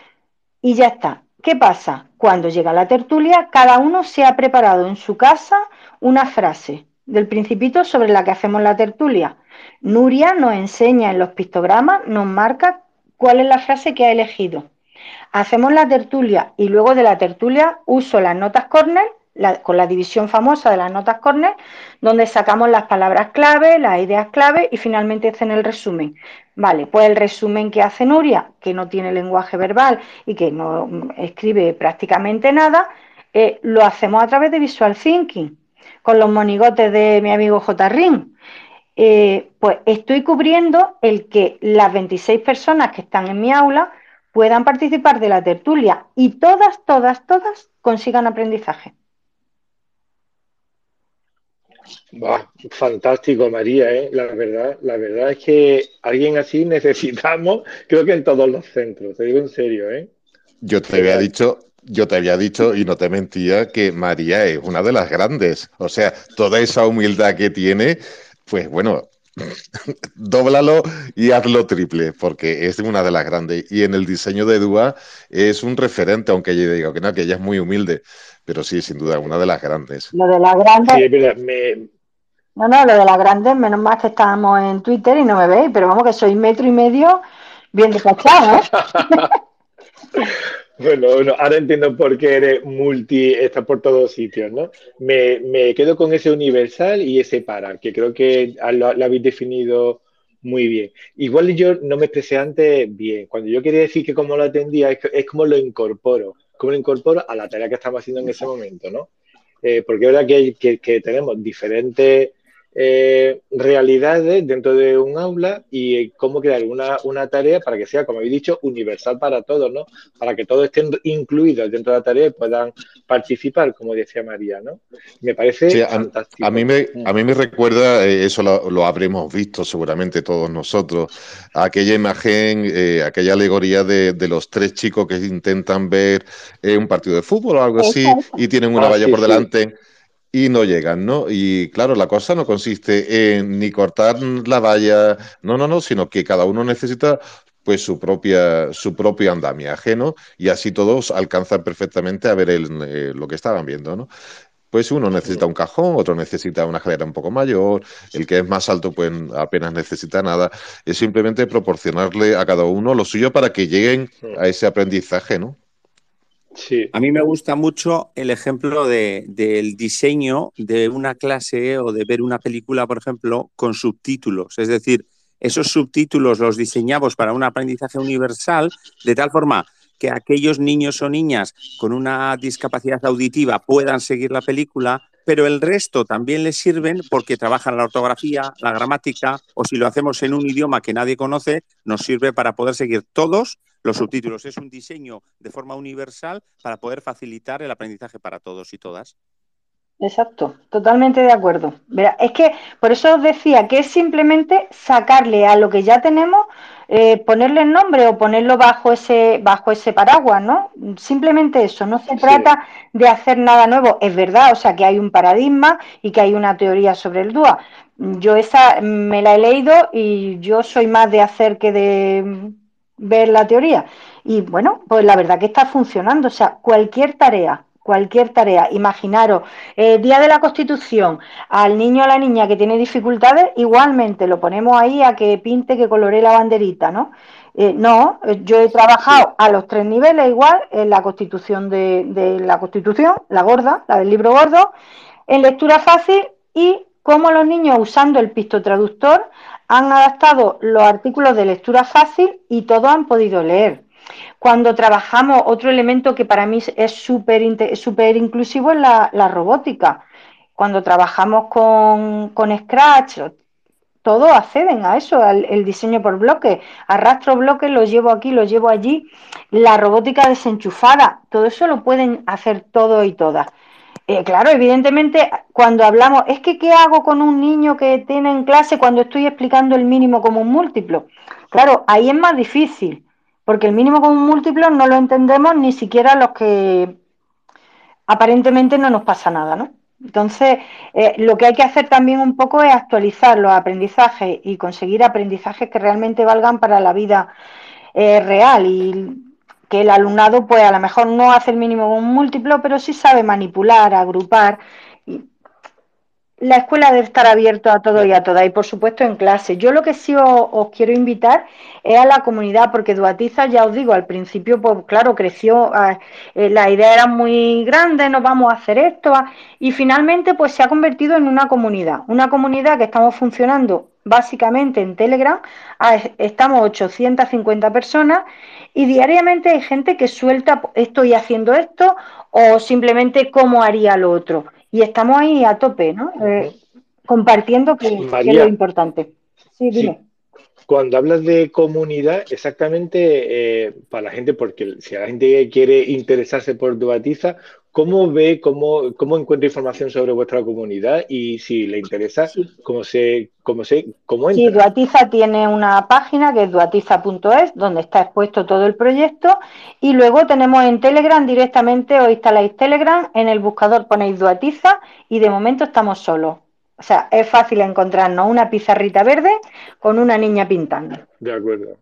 S5: y ya está. ¿Qué pasa? Cuando llega la tertulia, cada uno se ha preparado en su casa una frase del Principito sobre la que hacemos la tertulia. Nuria nos enseña en los pictogramas, nos marca cuál es la frase que ha elegido. Hacemos la tertulia y luego de la tertulia uso las notas corner, la, con la división famosa de las notas corner, donde sacamos las palabras clave, las ideas clave y finalmente hacen el resumen. Vale, pues el resumen que hace Nuria, que no tiene lenguaje verbal y que no escribe prácticamente nada, eh, lo hacemos a través de Visual Thinking, con los monigotes de mi amigo J. Rin. Eh, pues estoy cubriendo el que las veintiséis personas que están en mi aula puedan participar de la tertulia y todas, todas, todas consigan aprendizaje.
S2: Bah, fantástico, María, ¿eh? La verdad, la verdad es que alguien así necesitamos, creo que en todos los centros, te digo en serio, ¿eh?
S3: Yo te había
S2: Genial.
S3: dicho, yo te había dicho y no te mentía que María es una de las grandes. O sea, toda esa humildad que tiene, pues bueno, dóblalo y hazlo triple, porque es una de las grandes. Y en el diseño de Dúa es un referente, aunque ella diga que no, que ella es muy humilde, pero sí, sin duda, una de las grandes.
S5: Lo de las grandes,
S2: Sí, es verdad, me,
S5: no, no, lo de las grandes, menos mal que estábamos en Twitter y no me veis, pero vamos que soy metro y medio bien despachado, ¿eh?
S2: Bueno, bueno, ahora entiendo por qué eres multi, estás por todos sitios, ¿no? Me, me quedo con ese universal y ese para, que creo que lo, lo habéis definido muy bien. Igual yo no me expresé antes bien. Cuando yo quería decir que cómo lo atendía, es, que- es como lo incorporo, cómo lo incorporo a la tarea que estamos haciendo en ese momento, ¿no? Eh, porque es verdad que, hay- que, que tenemos diferentes eh, realidades dentro de un aula y eh, cómo crear una, una tarea para que sea, como habéis dicho, universal para todos, ¿no? Para que todos estén incluidos dentro de la tarea y puedan participar, como decía María, ¿no? Me
S3: Sí,
S2: parece
S3: a, a mí
S2: fantástico.
S3: me,
S2: Mm.
S3: a mí me recuerda, eh, eso lo, lo habremos visto seguramente todos nosotros, aquella imagen, eh, aquella alegoría de, de los tres chicos que intentan ver eh, un partido de fútbol o algo así
S5: Esa,
S3: y tienen una
S2: Ah,
S3: valla
S2: sí,
S3: por
S2: sí.
S3: delante y no llegan, ¿no? Y claro, la cosa no consiste en ni cortar la valla, no, no, no, sino que cada uno necesita pues su propia, su propio andamiaje, ¿no? Y así todos alcanzan perfectamente a ver el, eh, lo que estaban viendo, ¿no? Pues uno necesita
S2: Mm.
S3: un cajón, otro necesita una escalera un poco mayor, el que es más alto pues apenas necesita nada. Es simplemente proporcionarle a cada uno lo suyo para que lleguen
S2: Mm.
S3: a ese aprendizaje, ¿no?
S2: Sí,
S4: A mí me gusta mucho el ejemplo de, del diseño de una clase o de ver una película, por ejemplo, con subtítulos. Es decir, esos subtítulos los diseñamos para un aprendizaje universal de tal forma que aquellos niños o niñas con una discapacidad auditiva puedan seguir la película, pero el resto también les sirven porque trabajan la ortografía, la gramática, o si lo hacemos en un idioma que nadie conoce, nos sirve para poder seguir todos los subtítulos. Es un diseño de forma universal para poder facilitar el aprendizaje para todos y todas.
S5: exacto, totalmente de acuerdo. Verá, es que por eso os decía que es simplemente sacarle a lo que ya tenemos, eh, ponerle el nombre o ponerlo bajo ese, bajo ese paraguas, ¿no? Simplemente eso, no se
S2: sí.
S5: trata de hacer nada nuevo. Es verdad, o sea, que hay un paradigma y que hay una teoría sobre el D U A. Yo esa me la he leído y yo soy más de hacer que de ver la teoría. Y bueno, pues la verdad que está funcionando. O sea, cualquier tarea, cualquier tarea, imaginaros, eh, Día de la Constitución, al niño o a la niña que tiene dificultades, igualmente lo ponemos ahí a que pinte, que coloree la banderita, ¿no? Eh, no, yo he
S2: Sí.
S5: trabajado a los tres niveles igual en la Constitución de, de la Constitución, la gorda, la del libro gordo, en lectura fácil y cómo los niños usando el pictotraductor han adaptado los artículos de lectura fácil y todos han podido leer. Cuando trabajamos, otro elemento que para mí es súper súper inclusivo es la, la robótica. Cuando trabajamos con, con Scratch, todos acceden a eso, al el diseño por bloques. Arrastro bloques, los llevo aquí, los llevo allí. La robótica desenchufada, todo eso lo pueden hacer todos y todas. Eh, claro, evidentemente, cuando hablamos, es que ¿qué hago con un niño que tiene en clase cuando estoy explicando el mínimo como un múltiplo? Claro, ahí es más difícil, porque el mínimo como un múltiplo no lo entendemos ni siquiera los que aparentemente no nos pasa nada, ¿no? Entonces, eh, lo que hay que hacer también un poco es actualizar los aprendizajes y conseguir aprendizajes que realmente valgan para la vida eh, real y que el alumnado, pues a lo mejor no hace el mínimo con un múltiplo, pero sí sabe manipular, agrupar. Y la escuela debe estar abierta a todo y a todas y por supuesto en clase. Yo lo que sí os, os quiero invitar es a la comunidad porque Duatiza, ya os digo, al principio pues claro, creció, eh, la idea era muy grande, nos vamos a hacer esto ah, y finalmente pues se ha convertido en una comunidad, una comunidad que estamos funcionando básicamente en Telegram, ah, estamos ochocientas cincuenta personas y diariamente hay gente que suelta estoy haciendo esto o simplemente cómo haría lo otro. Y estamos ahí a tope, ¿no? Eh,
S2: Ujú.
S5: compartiendo que, que, es lo
S2: María,
S5: importante. Sí,
S2: sí,
S5: dime.
S2: cuando hablas de comunidad, exactamente eh, para la gente, porque si la gente quiere interesarse por Dubatiza, cómo ve, cómo, cómo encuentra información sobre vuestra comunidad y si le interesa,
S5: Sí.
S2: cómo se, cómo se, cómo
S5: Sí,
S2: entra.
S5: Duatiza tiene una página que es duatiza punto es, donde está expuesto todo el proyecto, y luego tenemos en Telegram directamente, os instaláis Telegram, en el buscador ponéis Duatiza y de momento estamos solos. O sea, es fácil encontrarnos una pizarrita verde con una niña pintando.
S2: De acuerdo.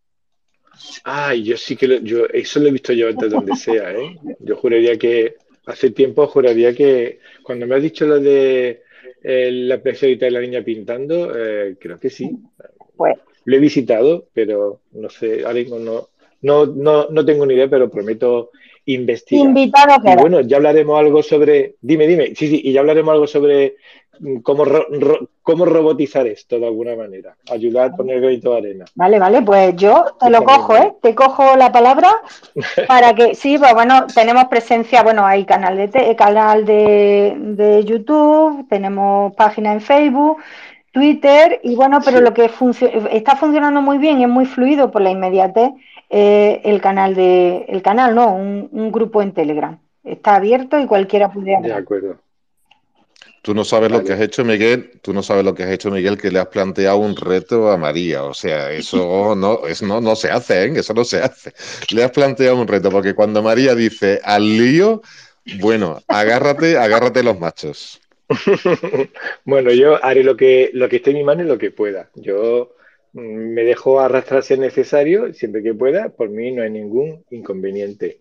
S2: Ay, yo sí que lo, yo, eso lo he visto yo antes donde sea, ¿eh? Yo juraría que, hace tiempo juraría que, cuando me has dicho lo de eh, la pizarrita de la niña pintando, eh, creo que sí.
S5: Pues
S2: Lo he visitado, pero no sé, ahora mismo no, no, no, no tengo ni idea, pero prometo investigar.
S5: invitado
S2: Y
S5: queda.
S2: bueno, ya hablaremos algo sobre, dime, dime, sí, sí, y ya hablaremos algo sobre mm, cómo, ro- ro- cómo robotizar esto de alguna manera, ayudar a poner granito de arena.
S5: Vale, vale, pues yo te
S2: Que
S5: lo
S2: está muy
S5: cojo,
S2: bien.
S5: ¿eh? Te cojo la palabra para que, sí, pues bueno, tenemos presencia, bueno, hay canal de te- canal de, de YouTube, tenemos página en Facebook, Twitter, y bueno, pero lo
S2: Sí,
S5: que funcio- está funcionando muy bien, es muy fluido por la inmediatez, eh, el canal de, el canal, no, un, un grupo en Telegram. Está abierto y cualquiera puede
S2: de
S5: hablar.
S2: acuerdo.
S3: Tú no sabes lo que has
S2: Vale.
S3: hecho, Miguel. Tú no sabes lo que has hecho, Miguel, que le has planteado un reto a María. O sea, eso no, eso no, no se hace, ¿eh? Eso no se hace. Le has planteado un reto, porque cuando María dice al lío, bueno, agárrate, agárrate los machos.
S2: Bueno, yo haré lo que, lo que esté en mi mano y lo que pueda. Yo mm, me dejo arrastrar si es necesario, siempre que pueda, por mí no hay ningún inconveniente.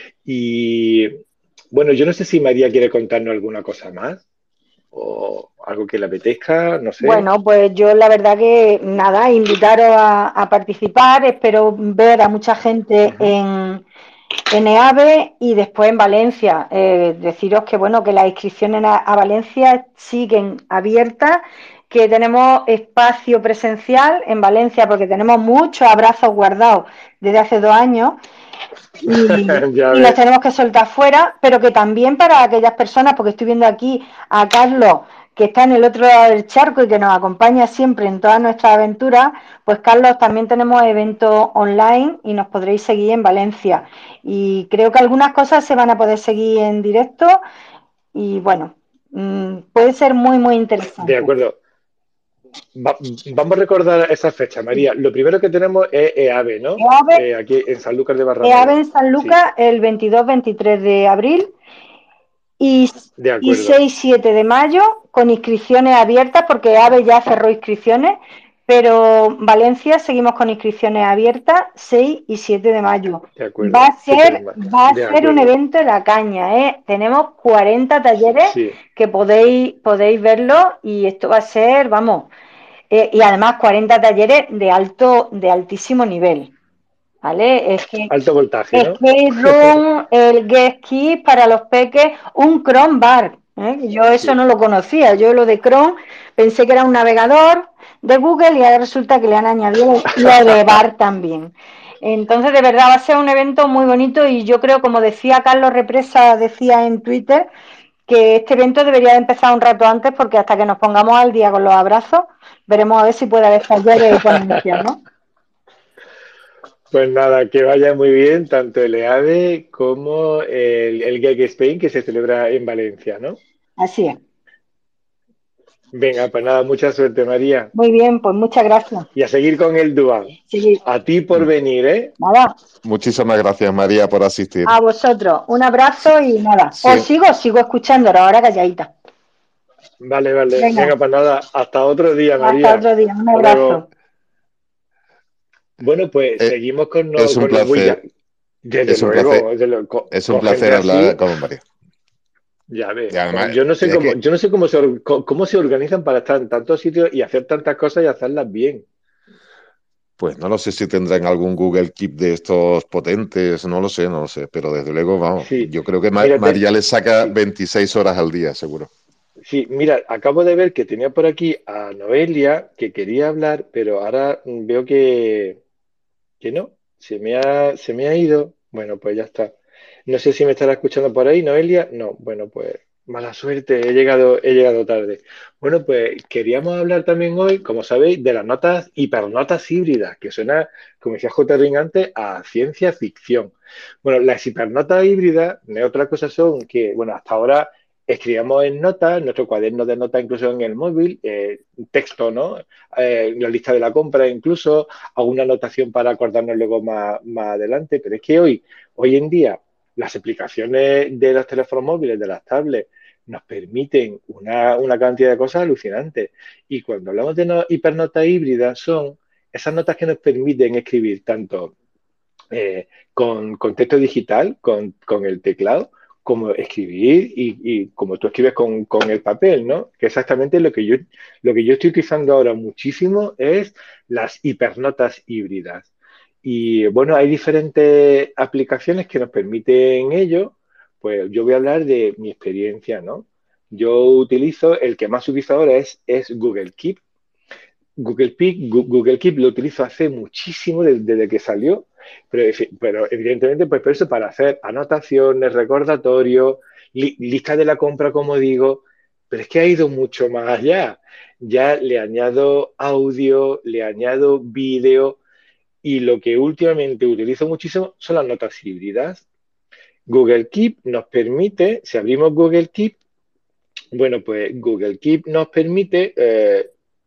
S2: Y bueno, yo no sé si María quiere contarnos alguna cosa más o algo que le apetezca, no sé.
S5: Bueno, pues yo la verdad que nada, invitaros a, a participar, espero ver a mucha gente
S2: Ujú.
S5: en, en EAVE y después en Valencia. Eh, deciros que bueno, que las inscripciones a, a Valencia siguen abiertas, que tenemos espacio presencial en Valencia porque tenemos muchos abrazos guardados desde hace dos años y,
S2: Ya
S5: y los
S2: ves.
S5: tenemos que soltar fuera, pero que también para aquellas personas, porque estoy viendo aquí a Carlos, que está en el otro lado del charco y que nos acompaña siempre en todas nuestras aventuras, pues Carlos, también tenemos eventos online y nos podréis seguir en Valencia. Y creo que algunas cosas se van a poder seguir en directo y bueno, mmm, puede ser muy, muy
S2: De
S5: interesante.
S2: acuerdo. Va- vamos a recordar esa fecha, María. Lo primero que tenemos es EAVE, ¿no?
S5: EAVE,
S2: Eh, aquí en Sanlúcar de
S5: EAVE
S2: Barrameda.
S5: en San
S2: Sí,
S5: Lucas el veintidós veintitrés de abril y,
S2: de
S5: y
S2: acuerdo.
S5: seis siete de mayo con inscripciones abiertas porque AVE ya cerró inscripciones, pero Valencia seguimos con inscripciones abiertas seis y siete de mayo.
S2: De
S5: Va
S2: acuerdo.
S5: a
S2: Siete de
S5: ser,
S2: mayo.
S5: va a
S2: De
S5: ser un
S2: acuerdo.
S5: evento de la caña, ¿eh? Tenemos cuarenta talleres
S2: Sí.
S5: que podéis, podéis verlo y esto va a ser, vamos, eh, y además cuarenta talleres de alto, de altísimo nivel. ¿Vale? Es que
S2: Alto voltaje, ¿no?
S5: skate room, el guest key para los peques, un Chrome bar. ¿eh? Yo eso
S2: Sí.
S5: no lo conocía. Yo lo de Chrome pensé que era un navegador de Google y ahora resulta que le han añadido lo de bar también. Entonces, de verdad, va a ser un evento muy bonito y yo creo, como decía Carlos Represa, decía en Twitter, que este evento debería de empezar un rato antes porque hasta que nos pongamos al día con los abrazos, veremos a ver si puede haber talleres y ponencias, ¿no?
S2: Pues nada, que vaya muy bien tanto el EADE como el, el Geek Spain que se celebra en Valencia, ¿no?
S5: Así es.
S2: Venga, pues nada, mucha suerte, María.
S5: Muy bien, pues muchas gracias.
S2: Y a seguir con el Dual.
S5: Sí,
S2: A ti por venir, ¿eh?
S5: nada,
S3: Muchísimas gracias, María, por asistir.
S5: a vosotros. Un abrazo y nada. Os
S3: Sí,
S5: sigo, sigo escuchando ahora calladita.
S2: Vale, vale.
S5: Venga,
S2: Venga, pues nada, hasta otro día,
S5: hasta
S2: María.
S5: otro día. Un
S2: Hasta
S5: abrazo.
S2: luego. Bueno, pues
S3: eh,
S2: seguimos con, no-
S3: es un
S2: con los Will.
S3: placer,
S2: Desde
S3: es un placer,
S2: luego, desde luego, con,
S3: es un
S2: con gente
S3: placer hablar
S2: así,
S3: con María.
S2: ya
S3: Y
S2: ves. Con-
S3: además,
S2: yo no sé
S3: es
S2: cómo,
S3: que
S2: yo no sé cómo se, or- co- cómo se organizan para estar en tantos sitios y hacer tantas cosas y hacerlas bien.
S3: pues no lo sé si tendrán algún Google Keep de estos potentes, no lo sé, no lo sé, pero desde luego, vamos,
S2: Sí,
S3: yo creo que Ma-
S2: mírate,
S3: María le saca
S2: sí,
S3: veintiséis horas al día, seguro.
S2: sí, mira, acabo de ver que tenía por aquí a Noelia que quería hablar, pero ahora mm, veo que, que no, se me ha, se me ha ido. Bueno, pues ya está. No sé si me estará escuchando por ahí, Noelia. No, bueno, pues. Mala suerte, he llegado, he llegado tarde. Bueno, pues queríamos hablar también hoy, como sabéis, de las notas hipernotas híbridas, que suena, como decía J. Ring antes, a ciencia ficción. Bueno, las hipernotas híbridas, no otra cosa son que, bueno, hasta ahora escribíamos en notas, en nuestro cuaderno de notas, incluso en el móvil, eh, texto, ¿no? Eh, la lista de la compra, incluso, alguna anotación para acordarnos luego más, más adelante. Pero es que hoy, hoy en día, las aplicaciones de los teléfonos móviles, de las tablets, nos permiten una, una cantidad de cosas alucinantes. Y cuando hablamos de no, hipernotas híbridas, son esas notas que nos permiten escribir tanto eh, con, con texto digital, con, con el teclado, como escribir y, y como tú escribes con, con, el papel, ¿no? Que exactamente lo que yo, lo que yo estoy utilizando ahora muchísimo es las hipernotas híbridas. Y bueno, hay diferentes aplicaciones que nos permiten ello. Pues yo voy a hablar de mi experiencia, ¿no? Yo utilizo, el que más utilizo ahora es, es Google Keep. Google Keep, Google Keep lo utilizo hace muchísimo desde, desde que salió, pero, pero evidentemente pues por eso para hacer anotaciones, recordatorios, li, lista de la compra, como digo, pero es que ha ido mucho más allá. Ya le añado audio, le añado vídeo y lo que últimamente utilizo muchísimo son las notas híbridas. Google Keep nos permite, si abrimos Google Keep, bueno, pues Google Keep nos permite, eh,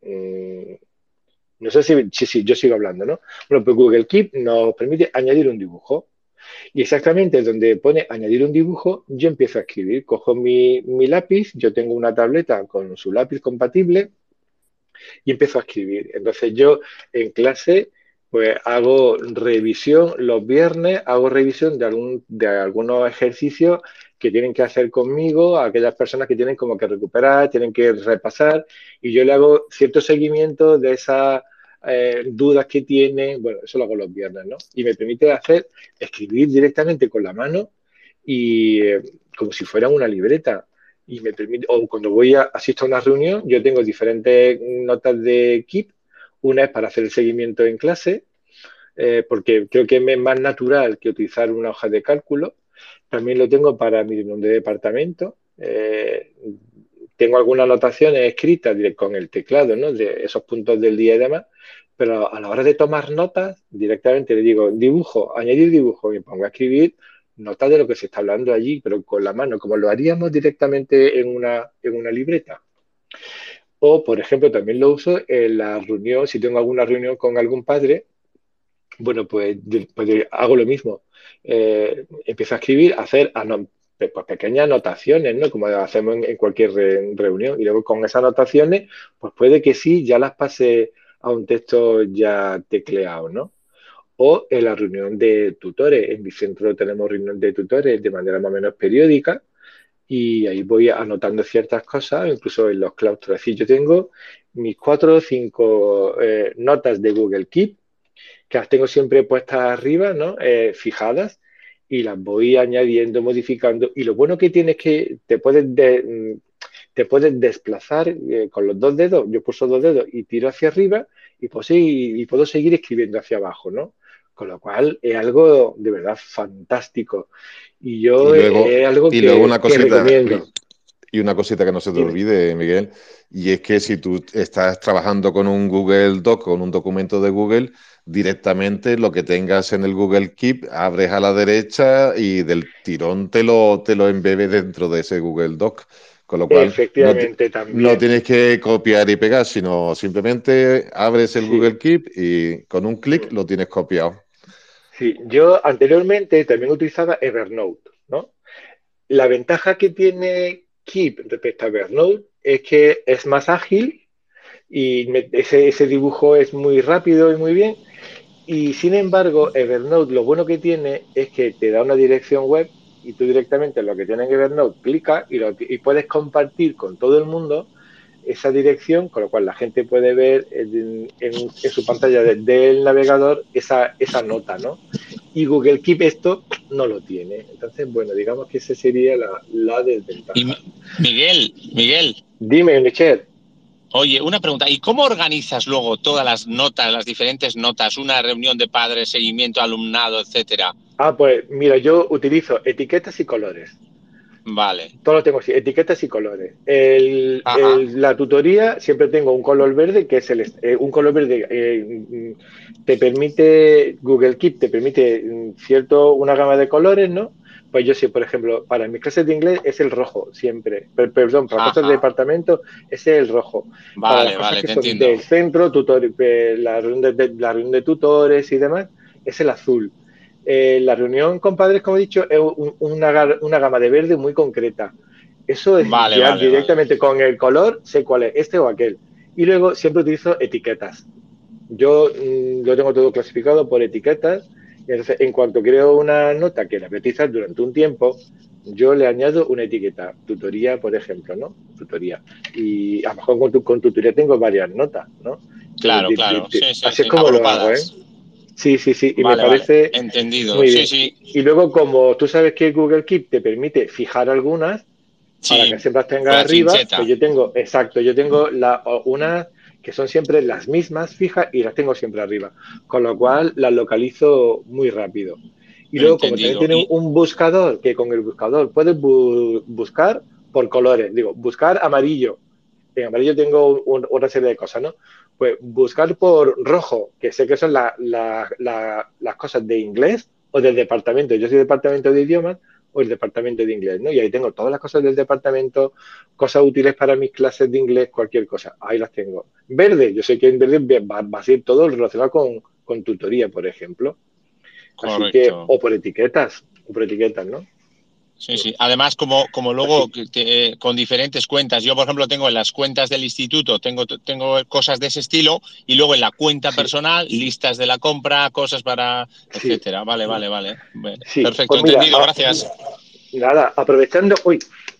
S2: no sé si, si, si yo sigo hablando, ¿no? Bueno, pues Google Keep nos permite añadir un dibujo. Y exactamente donde pone añadir un dibujo, yo empiezo a escribir. Cojo mi, mi lápiz, yo tengo una tableta con su lápiz compatible y empiezo a escribir. Entonces yo en clase pues hago revisión los viernes, hago revisión de, algún, de algunos ejercicios que tienen que hacer conmigo, a aquellas personas que tienen como que recuperar, tienen que repasar, y yo le hago cierto seguimiento de esas eh, dudas que tienen. Bueno, eso lo hago los viernes, ¿no? Y me permite hacer, escribir directamente con la mano y eh, como si fuera una libreta. Y me permite, o cuando voy a asisto a una reunión, yo tengo diferentes notas de Keep. Una es para hacer el seguimiento en clase, eh, porque creo que es más natural que utilizar una hoja de cálculo. También lo tengo para mi reunión de departamento. Eh, tengo algunas anotaciones escritas con el teclado, ¿no? De esos puntos del día y demás, pero a la hora de tomar notas, directamente le digo dibujo, añadir dibujo, y me pongo a escribir notas de lo que se está hablando allí, pero con la mano, como lo haríamos directamente en una, en una libreta. O, por ejemplo, también lo uso en la reunión, si tengo alguna reunión con algún padre, bueno, pues, pues hago lo mismo. Eh, empiezo a escribir, a hacer ano, pues, pequeñas anotaciones, ¿no? Como hacemos en, en cualquier re, reunión. Y luego con esas anotaciones, pues puede que sí, ya las pase a un texto ya tecleado, ¿no? O en la reunión de tutores. En mi centro tenemos reunión de tutores de manera más o menos periódica y ahí voy anotando ciertas cosas, incluso en los claustros. Es decir, yo tengo mis cuatro o cinco eh, notas de Google Keep, que las tengo siempre puestas arriba, ¿no? Eh, fijadas, y las voy añadiendo, modificando. Y lo bueno que tiene es que te puedes, de, te puedes desplazar eh, con los dos dedos. Yo pulso dos dedos y tiro hacia arriba y, pues, y, y puedo seguir escribiendo hacia abajo, ¿no? Con lo cual es algo de verdad fantástico. Y yo
S3: y luego,
S2: es algo
S3: y
S2: que,
S3: luego una
S2: que
S3: cosita,
S2: recomiendo.
S3: Y una cosita que no se te
S2: Dime.
S3: olvide, Miguel, y es que si tú estás trabajando con un Google Doc, con un documento de Google, directamente lo que tengas en el Google Keep, abres a la derecha y del tirón te lo, te lo embebes dentro de ese Google Doc. Con lo cual, no,
S2: Efectivamente,
S3: no
S2: también.
S3: tienes que copiar y pegar, sino simplemente abres el
S2: Sí.
S3: Google Keep y con un clic lo tienes copiado.
S2: Sí, yo anteriormente también utilizaba Evernote, ¿no? La ventaja que tiene Keep respecto a Evernote es que es más ágil y me, ese, ese dibujo es muy rápido y muy bien. Y sin embargo, Evernote lo bueno que tiene es que te da una dirección web y tú directamente en lo que tiene en Evernote clicas y, lo, y puedes compartir con todo el mundo esa dirección, con lo cual la gente puede ver en, en, en su pantalla de, del navegador esa, esa nota, ¿no? Y Google Keep esto no lo tiene. Entonces, bueno, digamos que esa sería la, la desventaja.
S6: Y Miguel, Miguel.
S2: Dime, Michelle.
S6: Oye, una pregunta. ¿Y cómo organizas luego todas las notas, las diferentes notas, una reunión de padres, seguimiento, alumnado, etcétera?
S2: Ah, pues mira, yo utilizo etiquetas y colores.
S6: Vale.
S2: Todo lo tengo así, etiquetas y colores. El, el, la tutoría siempre tengo un color verde, que es el, eh, un color verde eh, te permite, Google Keep te permite cierto, una gama de colores, ¿no? Pues yo sí, por ejemplo, para mis clases de inglés es el rojo siempre. Perdón, para Ajá. cosas de departamento es el rojo.
S6: Vale,
S2: para las cosas
S6: vale,
S2: que
S6: te
S2: son
S6: entiendo.
S2: del centro, tutor, la, reunión de, la reunión de tutores y demás, es el azul. Eh, la reunión con padres, como he dicho, es un, una, una gama de verde muy concreta. Eso es
S6: vale,
S2: ya
S6: vale,
S2: directamente
S6: vale.
S2: con el color, sé cuál es, este o aquel. Y luego siempre utilizo etiquetas. Yo mmm, lo tengo todo clasificado por etiquetas. Y entonces, en cuanto creo una nota que la voy a utilizar durante un tiempo, yo le añado una etiqueta. Tutoría, por ejemplo, ¿no? Tutoría. Y a lo mejor con, tu, con tutoría tengo varias notas, ¿no?
S6: Claro,
S2: de,
S6: claro.
S2: De, de,
S6: sí, sí,
S2: así
S6: sí.
S2: es como
S6: Agrupadas.
S2: lo hago, ¿eh? Sí, sí, sí, y
S6: vale,
S2: me parece
S6: vale. Entendido.
S2: muy
S6: Sí,
S2: bien.
S6: sí.
S2: Y, y luego, como tú sabes que Google Keep te permite fijar algunas para
S6: sí,
S2: que siempre las tengas
S6: con la
S2: arriba,
S6: chincheta.
S2: pues yo tengo, exacto, yo tengo la, unas que son siempre las mismas fijas y las tengo siempre arriba, con lo cual las localizo muy rápido. Y luego, como también
S6: Entendido.
S2: tiene
S6: Y...
S2: un buscador, que con el buscador puedes bu buscar por colores, digo, buscar amarillo. En amarillo tengo un, una serie de cosas, ¿no? Pues buscar por rojo, que sé que son la, la, la, las cosas de inglés o del departamento. Yo soy departamento de idiomas o el departamento de inglés, ¿no? Y ahí tengo todas las cosas del departamento, cosas útiles para mis clases de inglés, cualquier cosa. Ahí las tengo. Verde, yo sé que en verde va, va a ser todo relacionado con, con tutoría, por ejemplo. Así que,
S6: Correcto.
S2: o por etiquetas, o por etiquetas, ¿no?
S6: Sí, sí. Además, como, como luego te, con diferentes cuentas, yo por ejemplo tengo en las cuentas del instituto, tengo, tengo cosas de ese estilo y luego en la cuenta
S2: sí.
S6: personal, listas de la compra, cosas para,
S2: sí.
S6: etcétera. Vale, vale, vale.
S2: Sí.
S6: Perfecto,
S2: Pues mira,
S6: entendido,
S2: a,
S6: gracias.
S2: Nada, aprovechando, uy,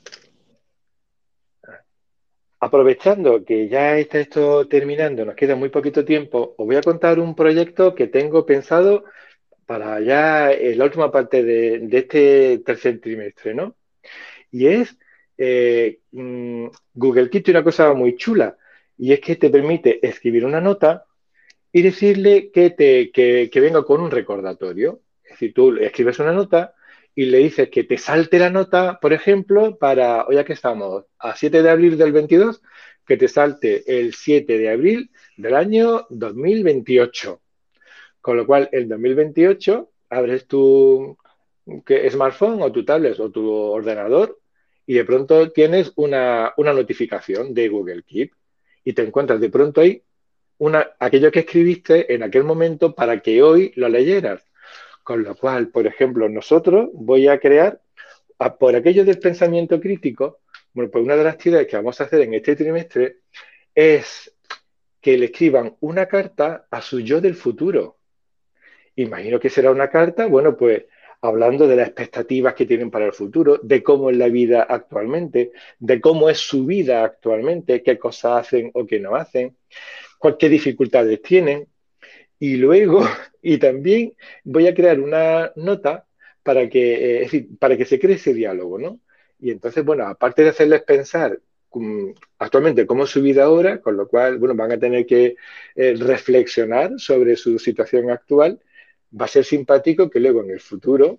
S2: aprovechando que ya está esto terminando, nos queda muy poquito tiempo, os voy a contar un proyecto que tengo pensado para ya en la última parte de, de este tercer trimestre, ¿no? Y es eh, mmm, Google Keep tiene una cosa muy chula y es que te permite escribir una nota y decirle que, te, que, que venga con un recordatorio. Es decir, tú escribes una nota y le dices que te salte la nota, por ejemplo, para, hoy aquí estamos, a siete de abril del veintidós, que te salte el siete de abril del año dos mil veintiocho. Con lo cual, el dos mil veintiocho, abres tu que smartphone o tu tablet o tu ordenador y de pronto tienes una, una notificación de Google Keep y te encuentras de pronto ahí una, aquello que escribiste en aquel momento para que hoy lo leyeras. Con lo cual, por ejemplo, nosotros voy a crear, a, por aquello del pensamiento crítico, bueno, pues una de las actividades que vamos a hacer en este trimestre es que le escriban una carta a su yo del futuro. Imagino que será una carta, bueno, pues hablando de las expectativas que tienen para el futuro, de cómo es la vida actualmente, de cómo es su vida actualmente, qué cosas hacen o qué no hacen, qué dificultades tienen. Y luego, y también voy a crear una nota para que, eh, es decir, para que se cree ese diálogo, ¿no? Y entonces, bueno, aparte de hacerles pensar um, actualmente cómo es su vida ahora, con lo cual, bueno, van a tener que eh, reflexionar sobre su situación actual, va a ser simpático que luego en el futuro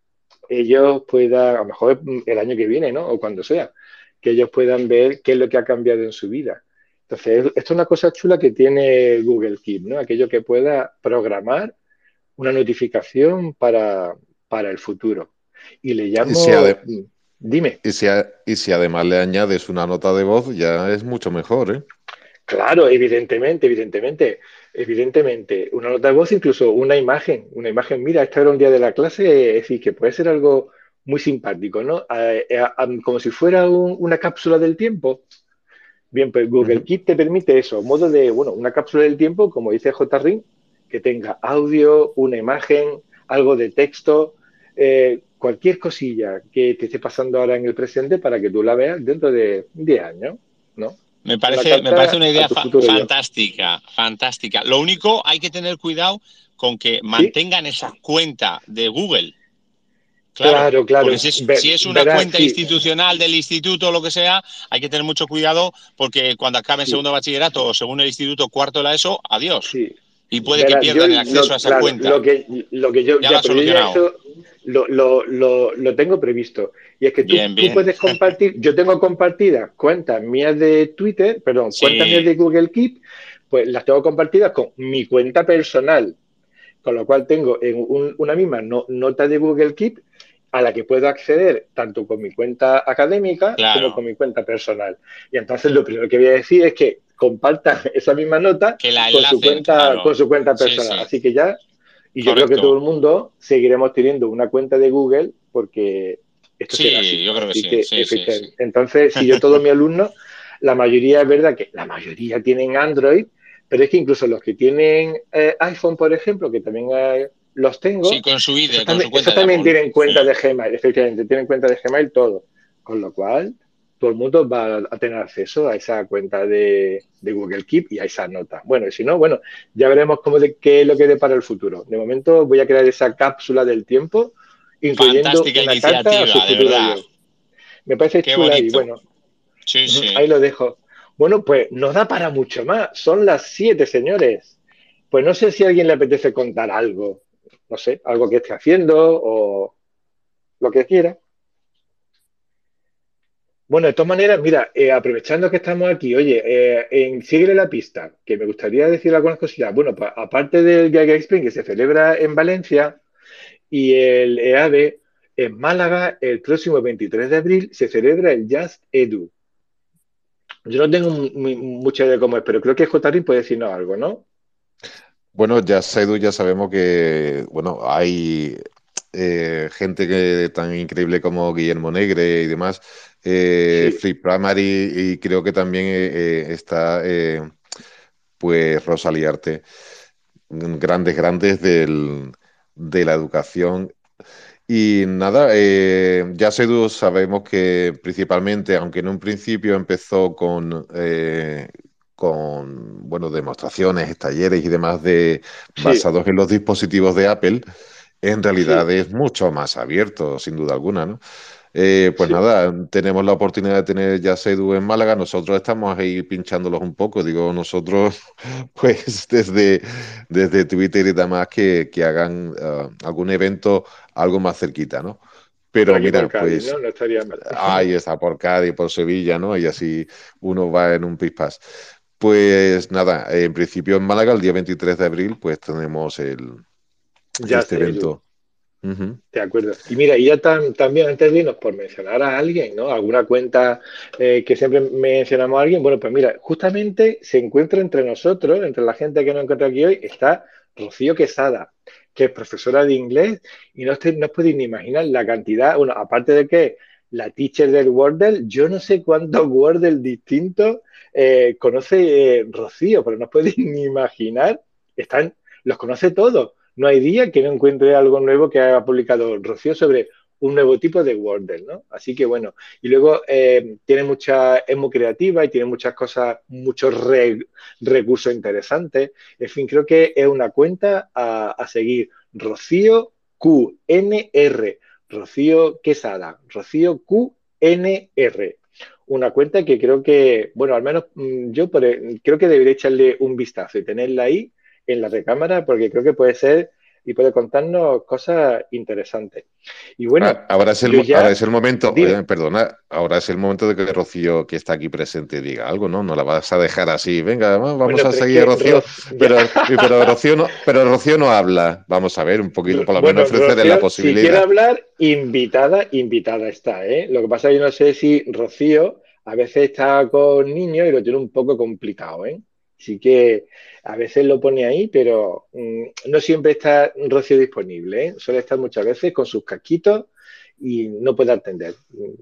S2: ellos puedan, a lo mejor el año que viene, ¿no? O cuando sea, que ellos puedan ver qué es lo que ha cambiado en su vida. Entonces, esto es una cosa chula que tiene Google Keep, ¿no? Aquello que pueda programar una notificación para, para el futuro. Y le
S3: Y si,
S2: llamo, dime.
S3: Y si, a, y si además le añades una nota de voz, ya es mucho mejor, ¿eh?
S2: Claro, evidentemente, evidentemente, evidentemente. Una nota de voz, incluso una imagen, una imagen, mira, este era un día de la clase, es decir, que puede ser algo muy simpático, ¿no? A, a, a, como si fuera un, una cápsula del tiempo. Bien, pues Google
S3: Uh-huh.
S2: Keep te permite eso, modo de, bueno, una cápsula del tiempo, como dice J. Ring, que tenga audio, una imagen, algo de texto, eh, cualquier cosilla que te esté pasando ahora en el presente para que tú la veas dentro de diez años, ¿no?
S6: Me parece,
S2: una
S6: me parece una idea
S2: a tu
S6: fa
S2: futuro
S6: fantástica, yo. fantástica. Lo único, hay que tener cuidado con que mantengan ¿Sí? esa cuenta de Google. Claro,
S2: claro, claro.
S6: Porque si es,
S2: Ver,
S6: si es una
S2: verás,
S6: cuenta
S2: sí.
S6: institucional del instituto o lo que sea, hay que tener mucho cuidado porque cuando acabe en
S2: Sí.
S6: segundo bachillerato o según el instituto cuarto de la ESO, adiós.
S2: Sí.
S6: Y puede
S2: verás,
S6: que pierdan
S2: yo,
S6: el acceso
S2: lo,
S6: a esa
S2: claro,
S6: cuenta.
S2: Lo que, lo que yo,
S6: ya,
S2: ya,
S6: lo
S2: pero yo ya
S6: solucionado.
S2: eso, lo, lo, lo, lo tengo previsto. Y es que tú,
S6: bien,
S2: tú
S6: bien.
S2: puedes compartir, yo tengo compartidas cuentas mías de Twitter, perdón,
S6: Sí.
S2: cuentas mías de Google Keep, pues las tengo compartidas con mi cuenta personal, con lo cual tengo en un, una misma no, nota de Google Keep a la que puedo acceder tanto con mi cuenta académica
S6: Claro.
S2: como con mi cuenta personal. Y entonces lo primero que voy a decir es que compartan esa misma nota
S6: Que la
S2: con su
S6: enlacen,
S2: cuenta,
S6: claro.
S2: con su cuenta
S6: Sí,
S2: personal.
S6: sí.
S2: Así que ya, y yo
S6: Correcto.
S2: creo que todo el mundo seguiremos teniendo una cuenta de Google porque esto
S6: Sí,
S2: será así.
S6: yo creo que
S2: Así
S6: sí.
S2: que,
S6: Sí, sí, sí.
S2: entonces, si yo todos mis alumnos, la mayoría es verdad que la mayoría tienen Android, pero es que incluso los que tienen eh, iPhone, por ejemplo, que también eh, los tengo,
S6: Sí, con su I D,
S2: esos
S6: con su
S2: también,
S6: cuenta
S2: esos
S6: de
S2: también
S6: Apple.
S2: tienen cuenta
S6: Sí.
S2: de Gmail, efectivamente, tienen cuenta de Gmail todo. Con lo cual, todo el mundo va a tener acceso a esa cuenta de, de Google Keep y a esa nota. Bueno, y si no, bueno, ya veremos cómo de, qué es lo que depara el futuro. De momento voy a crear esa cápsula del tiempo, incluyendo
S6: Fantástica
S2: una carta a su
S6: iniciativa, de
S2: futuro
S6: verdad.
S2: yo. Me parece
S6: Qué
S2: chula y
S6: bonito.
S2: bueno,
S6: Sí, sí.
S2: ahí lo dejo. Bueno, pues nos da para mucho más. Son las siete, señores. Pues no sé si a alguien le apetece contar algo. No sé, algo que esté haciendo o lo que quiera. Bueno, de todas maneras, mira, eh, aprovechando que estamos aquí, oye, eh, en Síguele la pista, que me gustaría decir algunas cosillas. Bueno, pues aparte del Gaga Spring que se celebra en Valencia y el EADE, en Málaga, el próximo veintitrés de abril se celebra el Just Edu. Yo no tengo muy, mucha idea de cómo es, pero creo que J R puede decirnos algo, ¿no?
S3: Bueno, ya Sedu, ya sabemos que, bueno, hay eh, gente que tan increíble como Guillermo Negre y demás, eh,
S2: Sí,
S3: Free Primary, y creo que también eh, eh, está, eh, pues, Rosalía Arte, grandes, grandes del, de la educación. Y nada, eh, ya Sedu sabemos que principalmente, aunque en un principio empezó con, eh, con bueno, demostraciones, talleres y demás de,
S2: sí,
S3: basados en los dispositivos de Apple, en realidad
S2: sí,
S3: es mucho más abierto, sin duda alguna, ¿no? Eh, pues
S2: sí.
S3: nada, tenemos la oportunidad de tener ya Sedu en Málaga, nosotros estamos ahí pinchándolos un poco, digo nosotros, pues desde, desde Twitter y demás que, que hagan uh, algún evento algo más cerquita, ¿no?
S2: Por
S3: Pero
S2: aquí por
S3: mira,
S2: Cádiz,
S3: pues
S2: ¿no? No estaría mal.
S3: ahí está, por Cádiz, por Sevilla, ¿no? Y así uno va en un pispás. Pues nada, en principio en Málaga, el día veintitrés de abril, pues tenemos el,
S2: Just
S3: este
S2: Edu.
S3: evento. Uh-huh.
S2: De acuerdo. Y mira, y ya tam, también antes de irnos, por mencionar a alguien, ¿no? Alguna cuenta eh, que siempre mencionamos a alguien, bueno, pues mira, justamente se encuentra entre nosotros, entre la gente que nos encuentra aquí hoy, está Rocío Quesada, que es profesora de inglés y no, te, no os podéis ni imaginar la cantidad, bueno, aparte de que la teacher del Wordle, yo no sé cuántos Wordle distintos eh, conoce eh, Rocío, pero no os podéis ni imaginar, están, los conoce todos. No hay día que no encuentre algo nuevo que haya publicado Rocío sobre un nuevo tipo de Wordle, ¿no? Así que bueno, y luego eh, tiene mucha, es muy creativa y tiene muchas cosas, muchos re, recursos interesantes. En fin, creo que es una cuenta a, a seguir. Rocío Q N R, Rocío Quesada, Rocío Q N R. Una cuenta que creo que, bueno, al menos yo por, creo que debería echarle un vistazo y tenerla ahí en la recámara porque creo que puede ser y puede contarnos cosas interesantes. Y bueno,
S3: Ah, ahora es el,
S2: yo
S3: mo- ahora
S2: ya,
S3: es el momento,
S2: dime,
S3: oye, perdona, ahora es el momento de que Rocío, que está aquí presente, diga algo, ¿no? No la vas a dejar así, venga, va- vamos
S2: bueno,
S3: a
S2: pero es
S3: seguir a
S2: que
S3: Rocío,
S2: Roz, ya,
S3: pero, pero Rocío no, pero Rocío no habla. Vamos a ver, un poquito, por lo menos
S2: bueno,
S3: ofrecerle la
S2: Rocío, si quiere
S3: posibilidad.
S2: hablar, invitada, invitada está, ¿eh? Lo que pasa es que yo no sé si Rocío a veces está con niños y lo tiene un poco complicado, ¿eh? Así que a veces lo pone ahí, pero mmm, no siempre está Rocío disponible, ¿eh? Suele estar muchas veces con sus casquitos y no puede atender.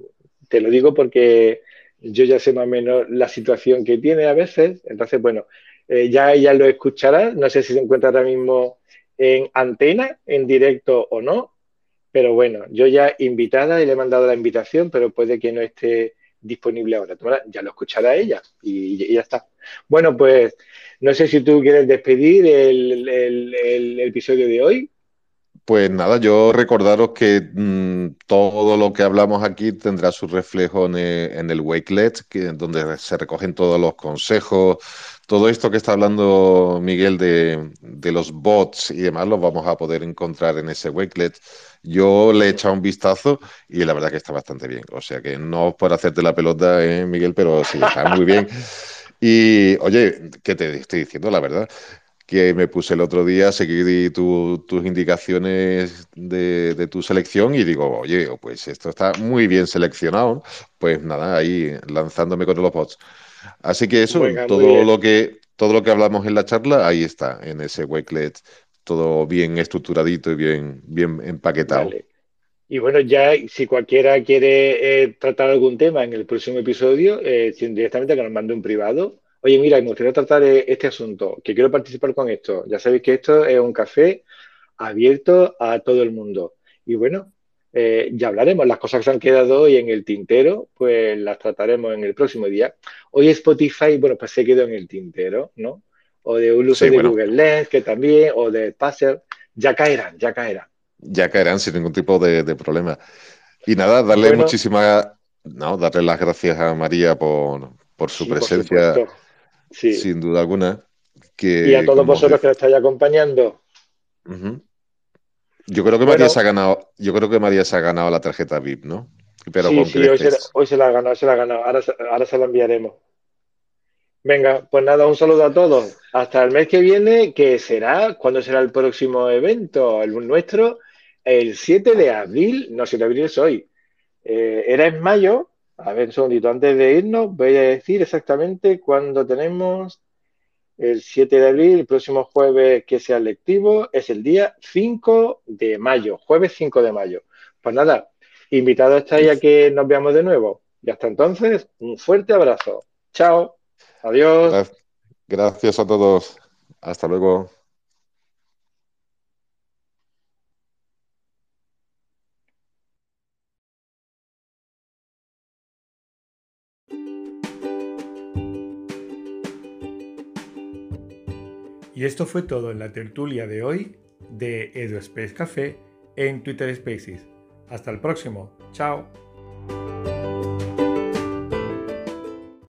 S2: Te lo digo porque yo ya sé más o menos la situación que tiene a veces, entonces, bueno, eh, ya ella lo escuchará, no sé si se encuentra ahora mismo en antena, en directo o no, pero bueno, yo ya invitada y le he mandado la invitación, pero puede que no esté disponible ahora. Ya lo escuchará ella y, y ya está. Bueno, pues no sé si tú quieres despedir el, el, el, el episodio de hoy.
S3: Pues nada, yo recordaros que mmm, todo lo que hablamos aquí tendrá su reflejo en el, en el Wakelet, que, donde se recogen todos los consejos, todo esto que está hablando Miguel de, de los bots y demás, los vamos a poder encontrar en ese Wakelet. Yo le he echado un vistazo y la verdad que está bastante bien. O sea que no es por hacerte la pelota, eh, Miguel, pero sí, está muy bien. Y oye, ¿qué te estoy diciendo? La verdad que me puse el otro día a seguir tu, tus indicaciones de, de, tu selección y digo, oye, pues esto está muy bien seleccionado. Pues nada, ahí lanzándome con los bots. Así que eso,
S2: Venga, muy
S3: todo
S2: bien.
S3: lo que, todo lo que hablamos en la charla, ahí está, en ese Wakelet, todo bien estructuradito y bien, bien empaquetado.
S2: Vale. Y bueno, ya si cualquiera quiere eh, tratar algún tema en el próximo episodio, eh, si- directamente que nos mande un privado. Oye, mira, me gustaría tratar eh, este asunto, que quiero participar con esto. Ya sabéis que esto es un café abierto a todo el mundo. Y bueno, eh, ya hablaremos. Las cosas que se han quedado hoy en el tintero, pues las trataremos en el próximo día. Hoy Spotify, bueno, pues se quedó en el tintero, ¿no? O de un uso
S3: Sí,
S2: de
S3: bueno,
S2: Google Lens, que también, o de Pacer, ya caerán, ya caerán.
S3: ya caerán sin ningún tipo de, de problema. Y nada, darle
S2: Bueno,
S3: muchísimas, no, darle las gracias a María por, por su
S2: sí, por
S3: presencia,
S2: supuesto. Sí.
S3: sin duda alguna,
S2: Y a
S3: que
S2: todos
S3: como os
S2: vosotros que
S3: decía,
S2: nos estáis acompañando.
S3: yo creo que María se
S2: Bueno,
S3: ha ganado, yo creo que María se ha ganado la tarjeta V I P, ¿no? Pero
S2: sí,
S3: con
S2: sí, hoy se,
S3: creces.
S2: hoy se la ha ganado, se la ha ganado. Ahora, se- ahora se la enviaremos. Venga, pues nada, un saludo a todos. Hasta el mes que viene, que será, ¿cuándo será el próximo evento? El nuestro, el siete de abril, no, siete de abril es hoy. Eh, era en mayo. A ver, un segundito, antes de irnos, voy a decir exactamente cuándo tenemos el siete de abril, el próximo jueves que sea lectivo, es el día cinco de mayo, jueves cinco de mayo. Pues nada, invitado estáis a que nos veamos de nuevo. Y hasta entonces, un fuerte abrazo. Chao. Adiós.
S3: Gra- Gracias a todos. Hasta luego.
S1: Y esto fue todo en la tertulia de hoy de EduSpace Café en Twitter Spaces. Hasta el próximo. Chao.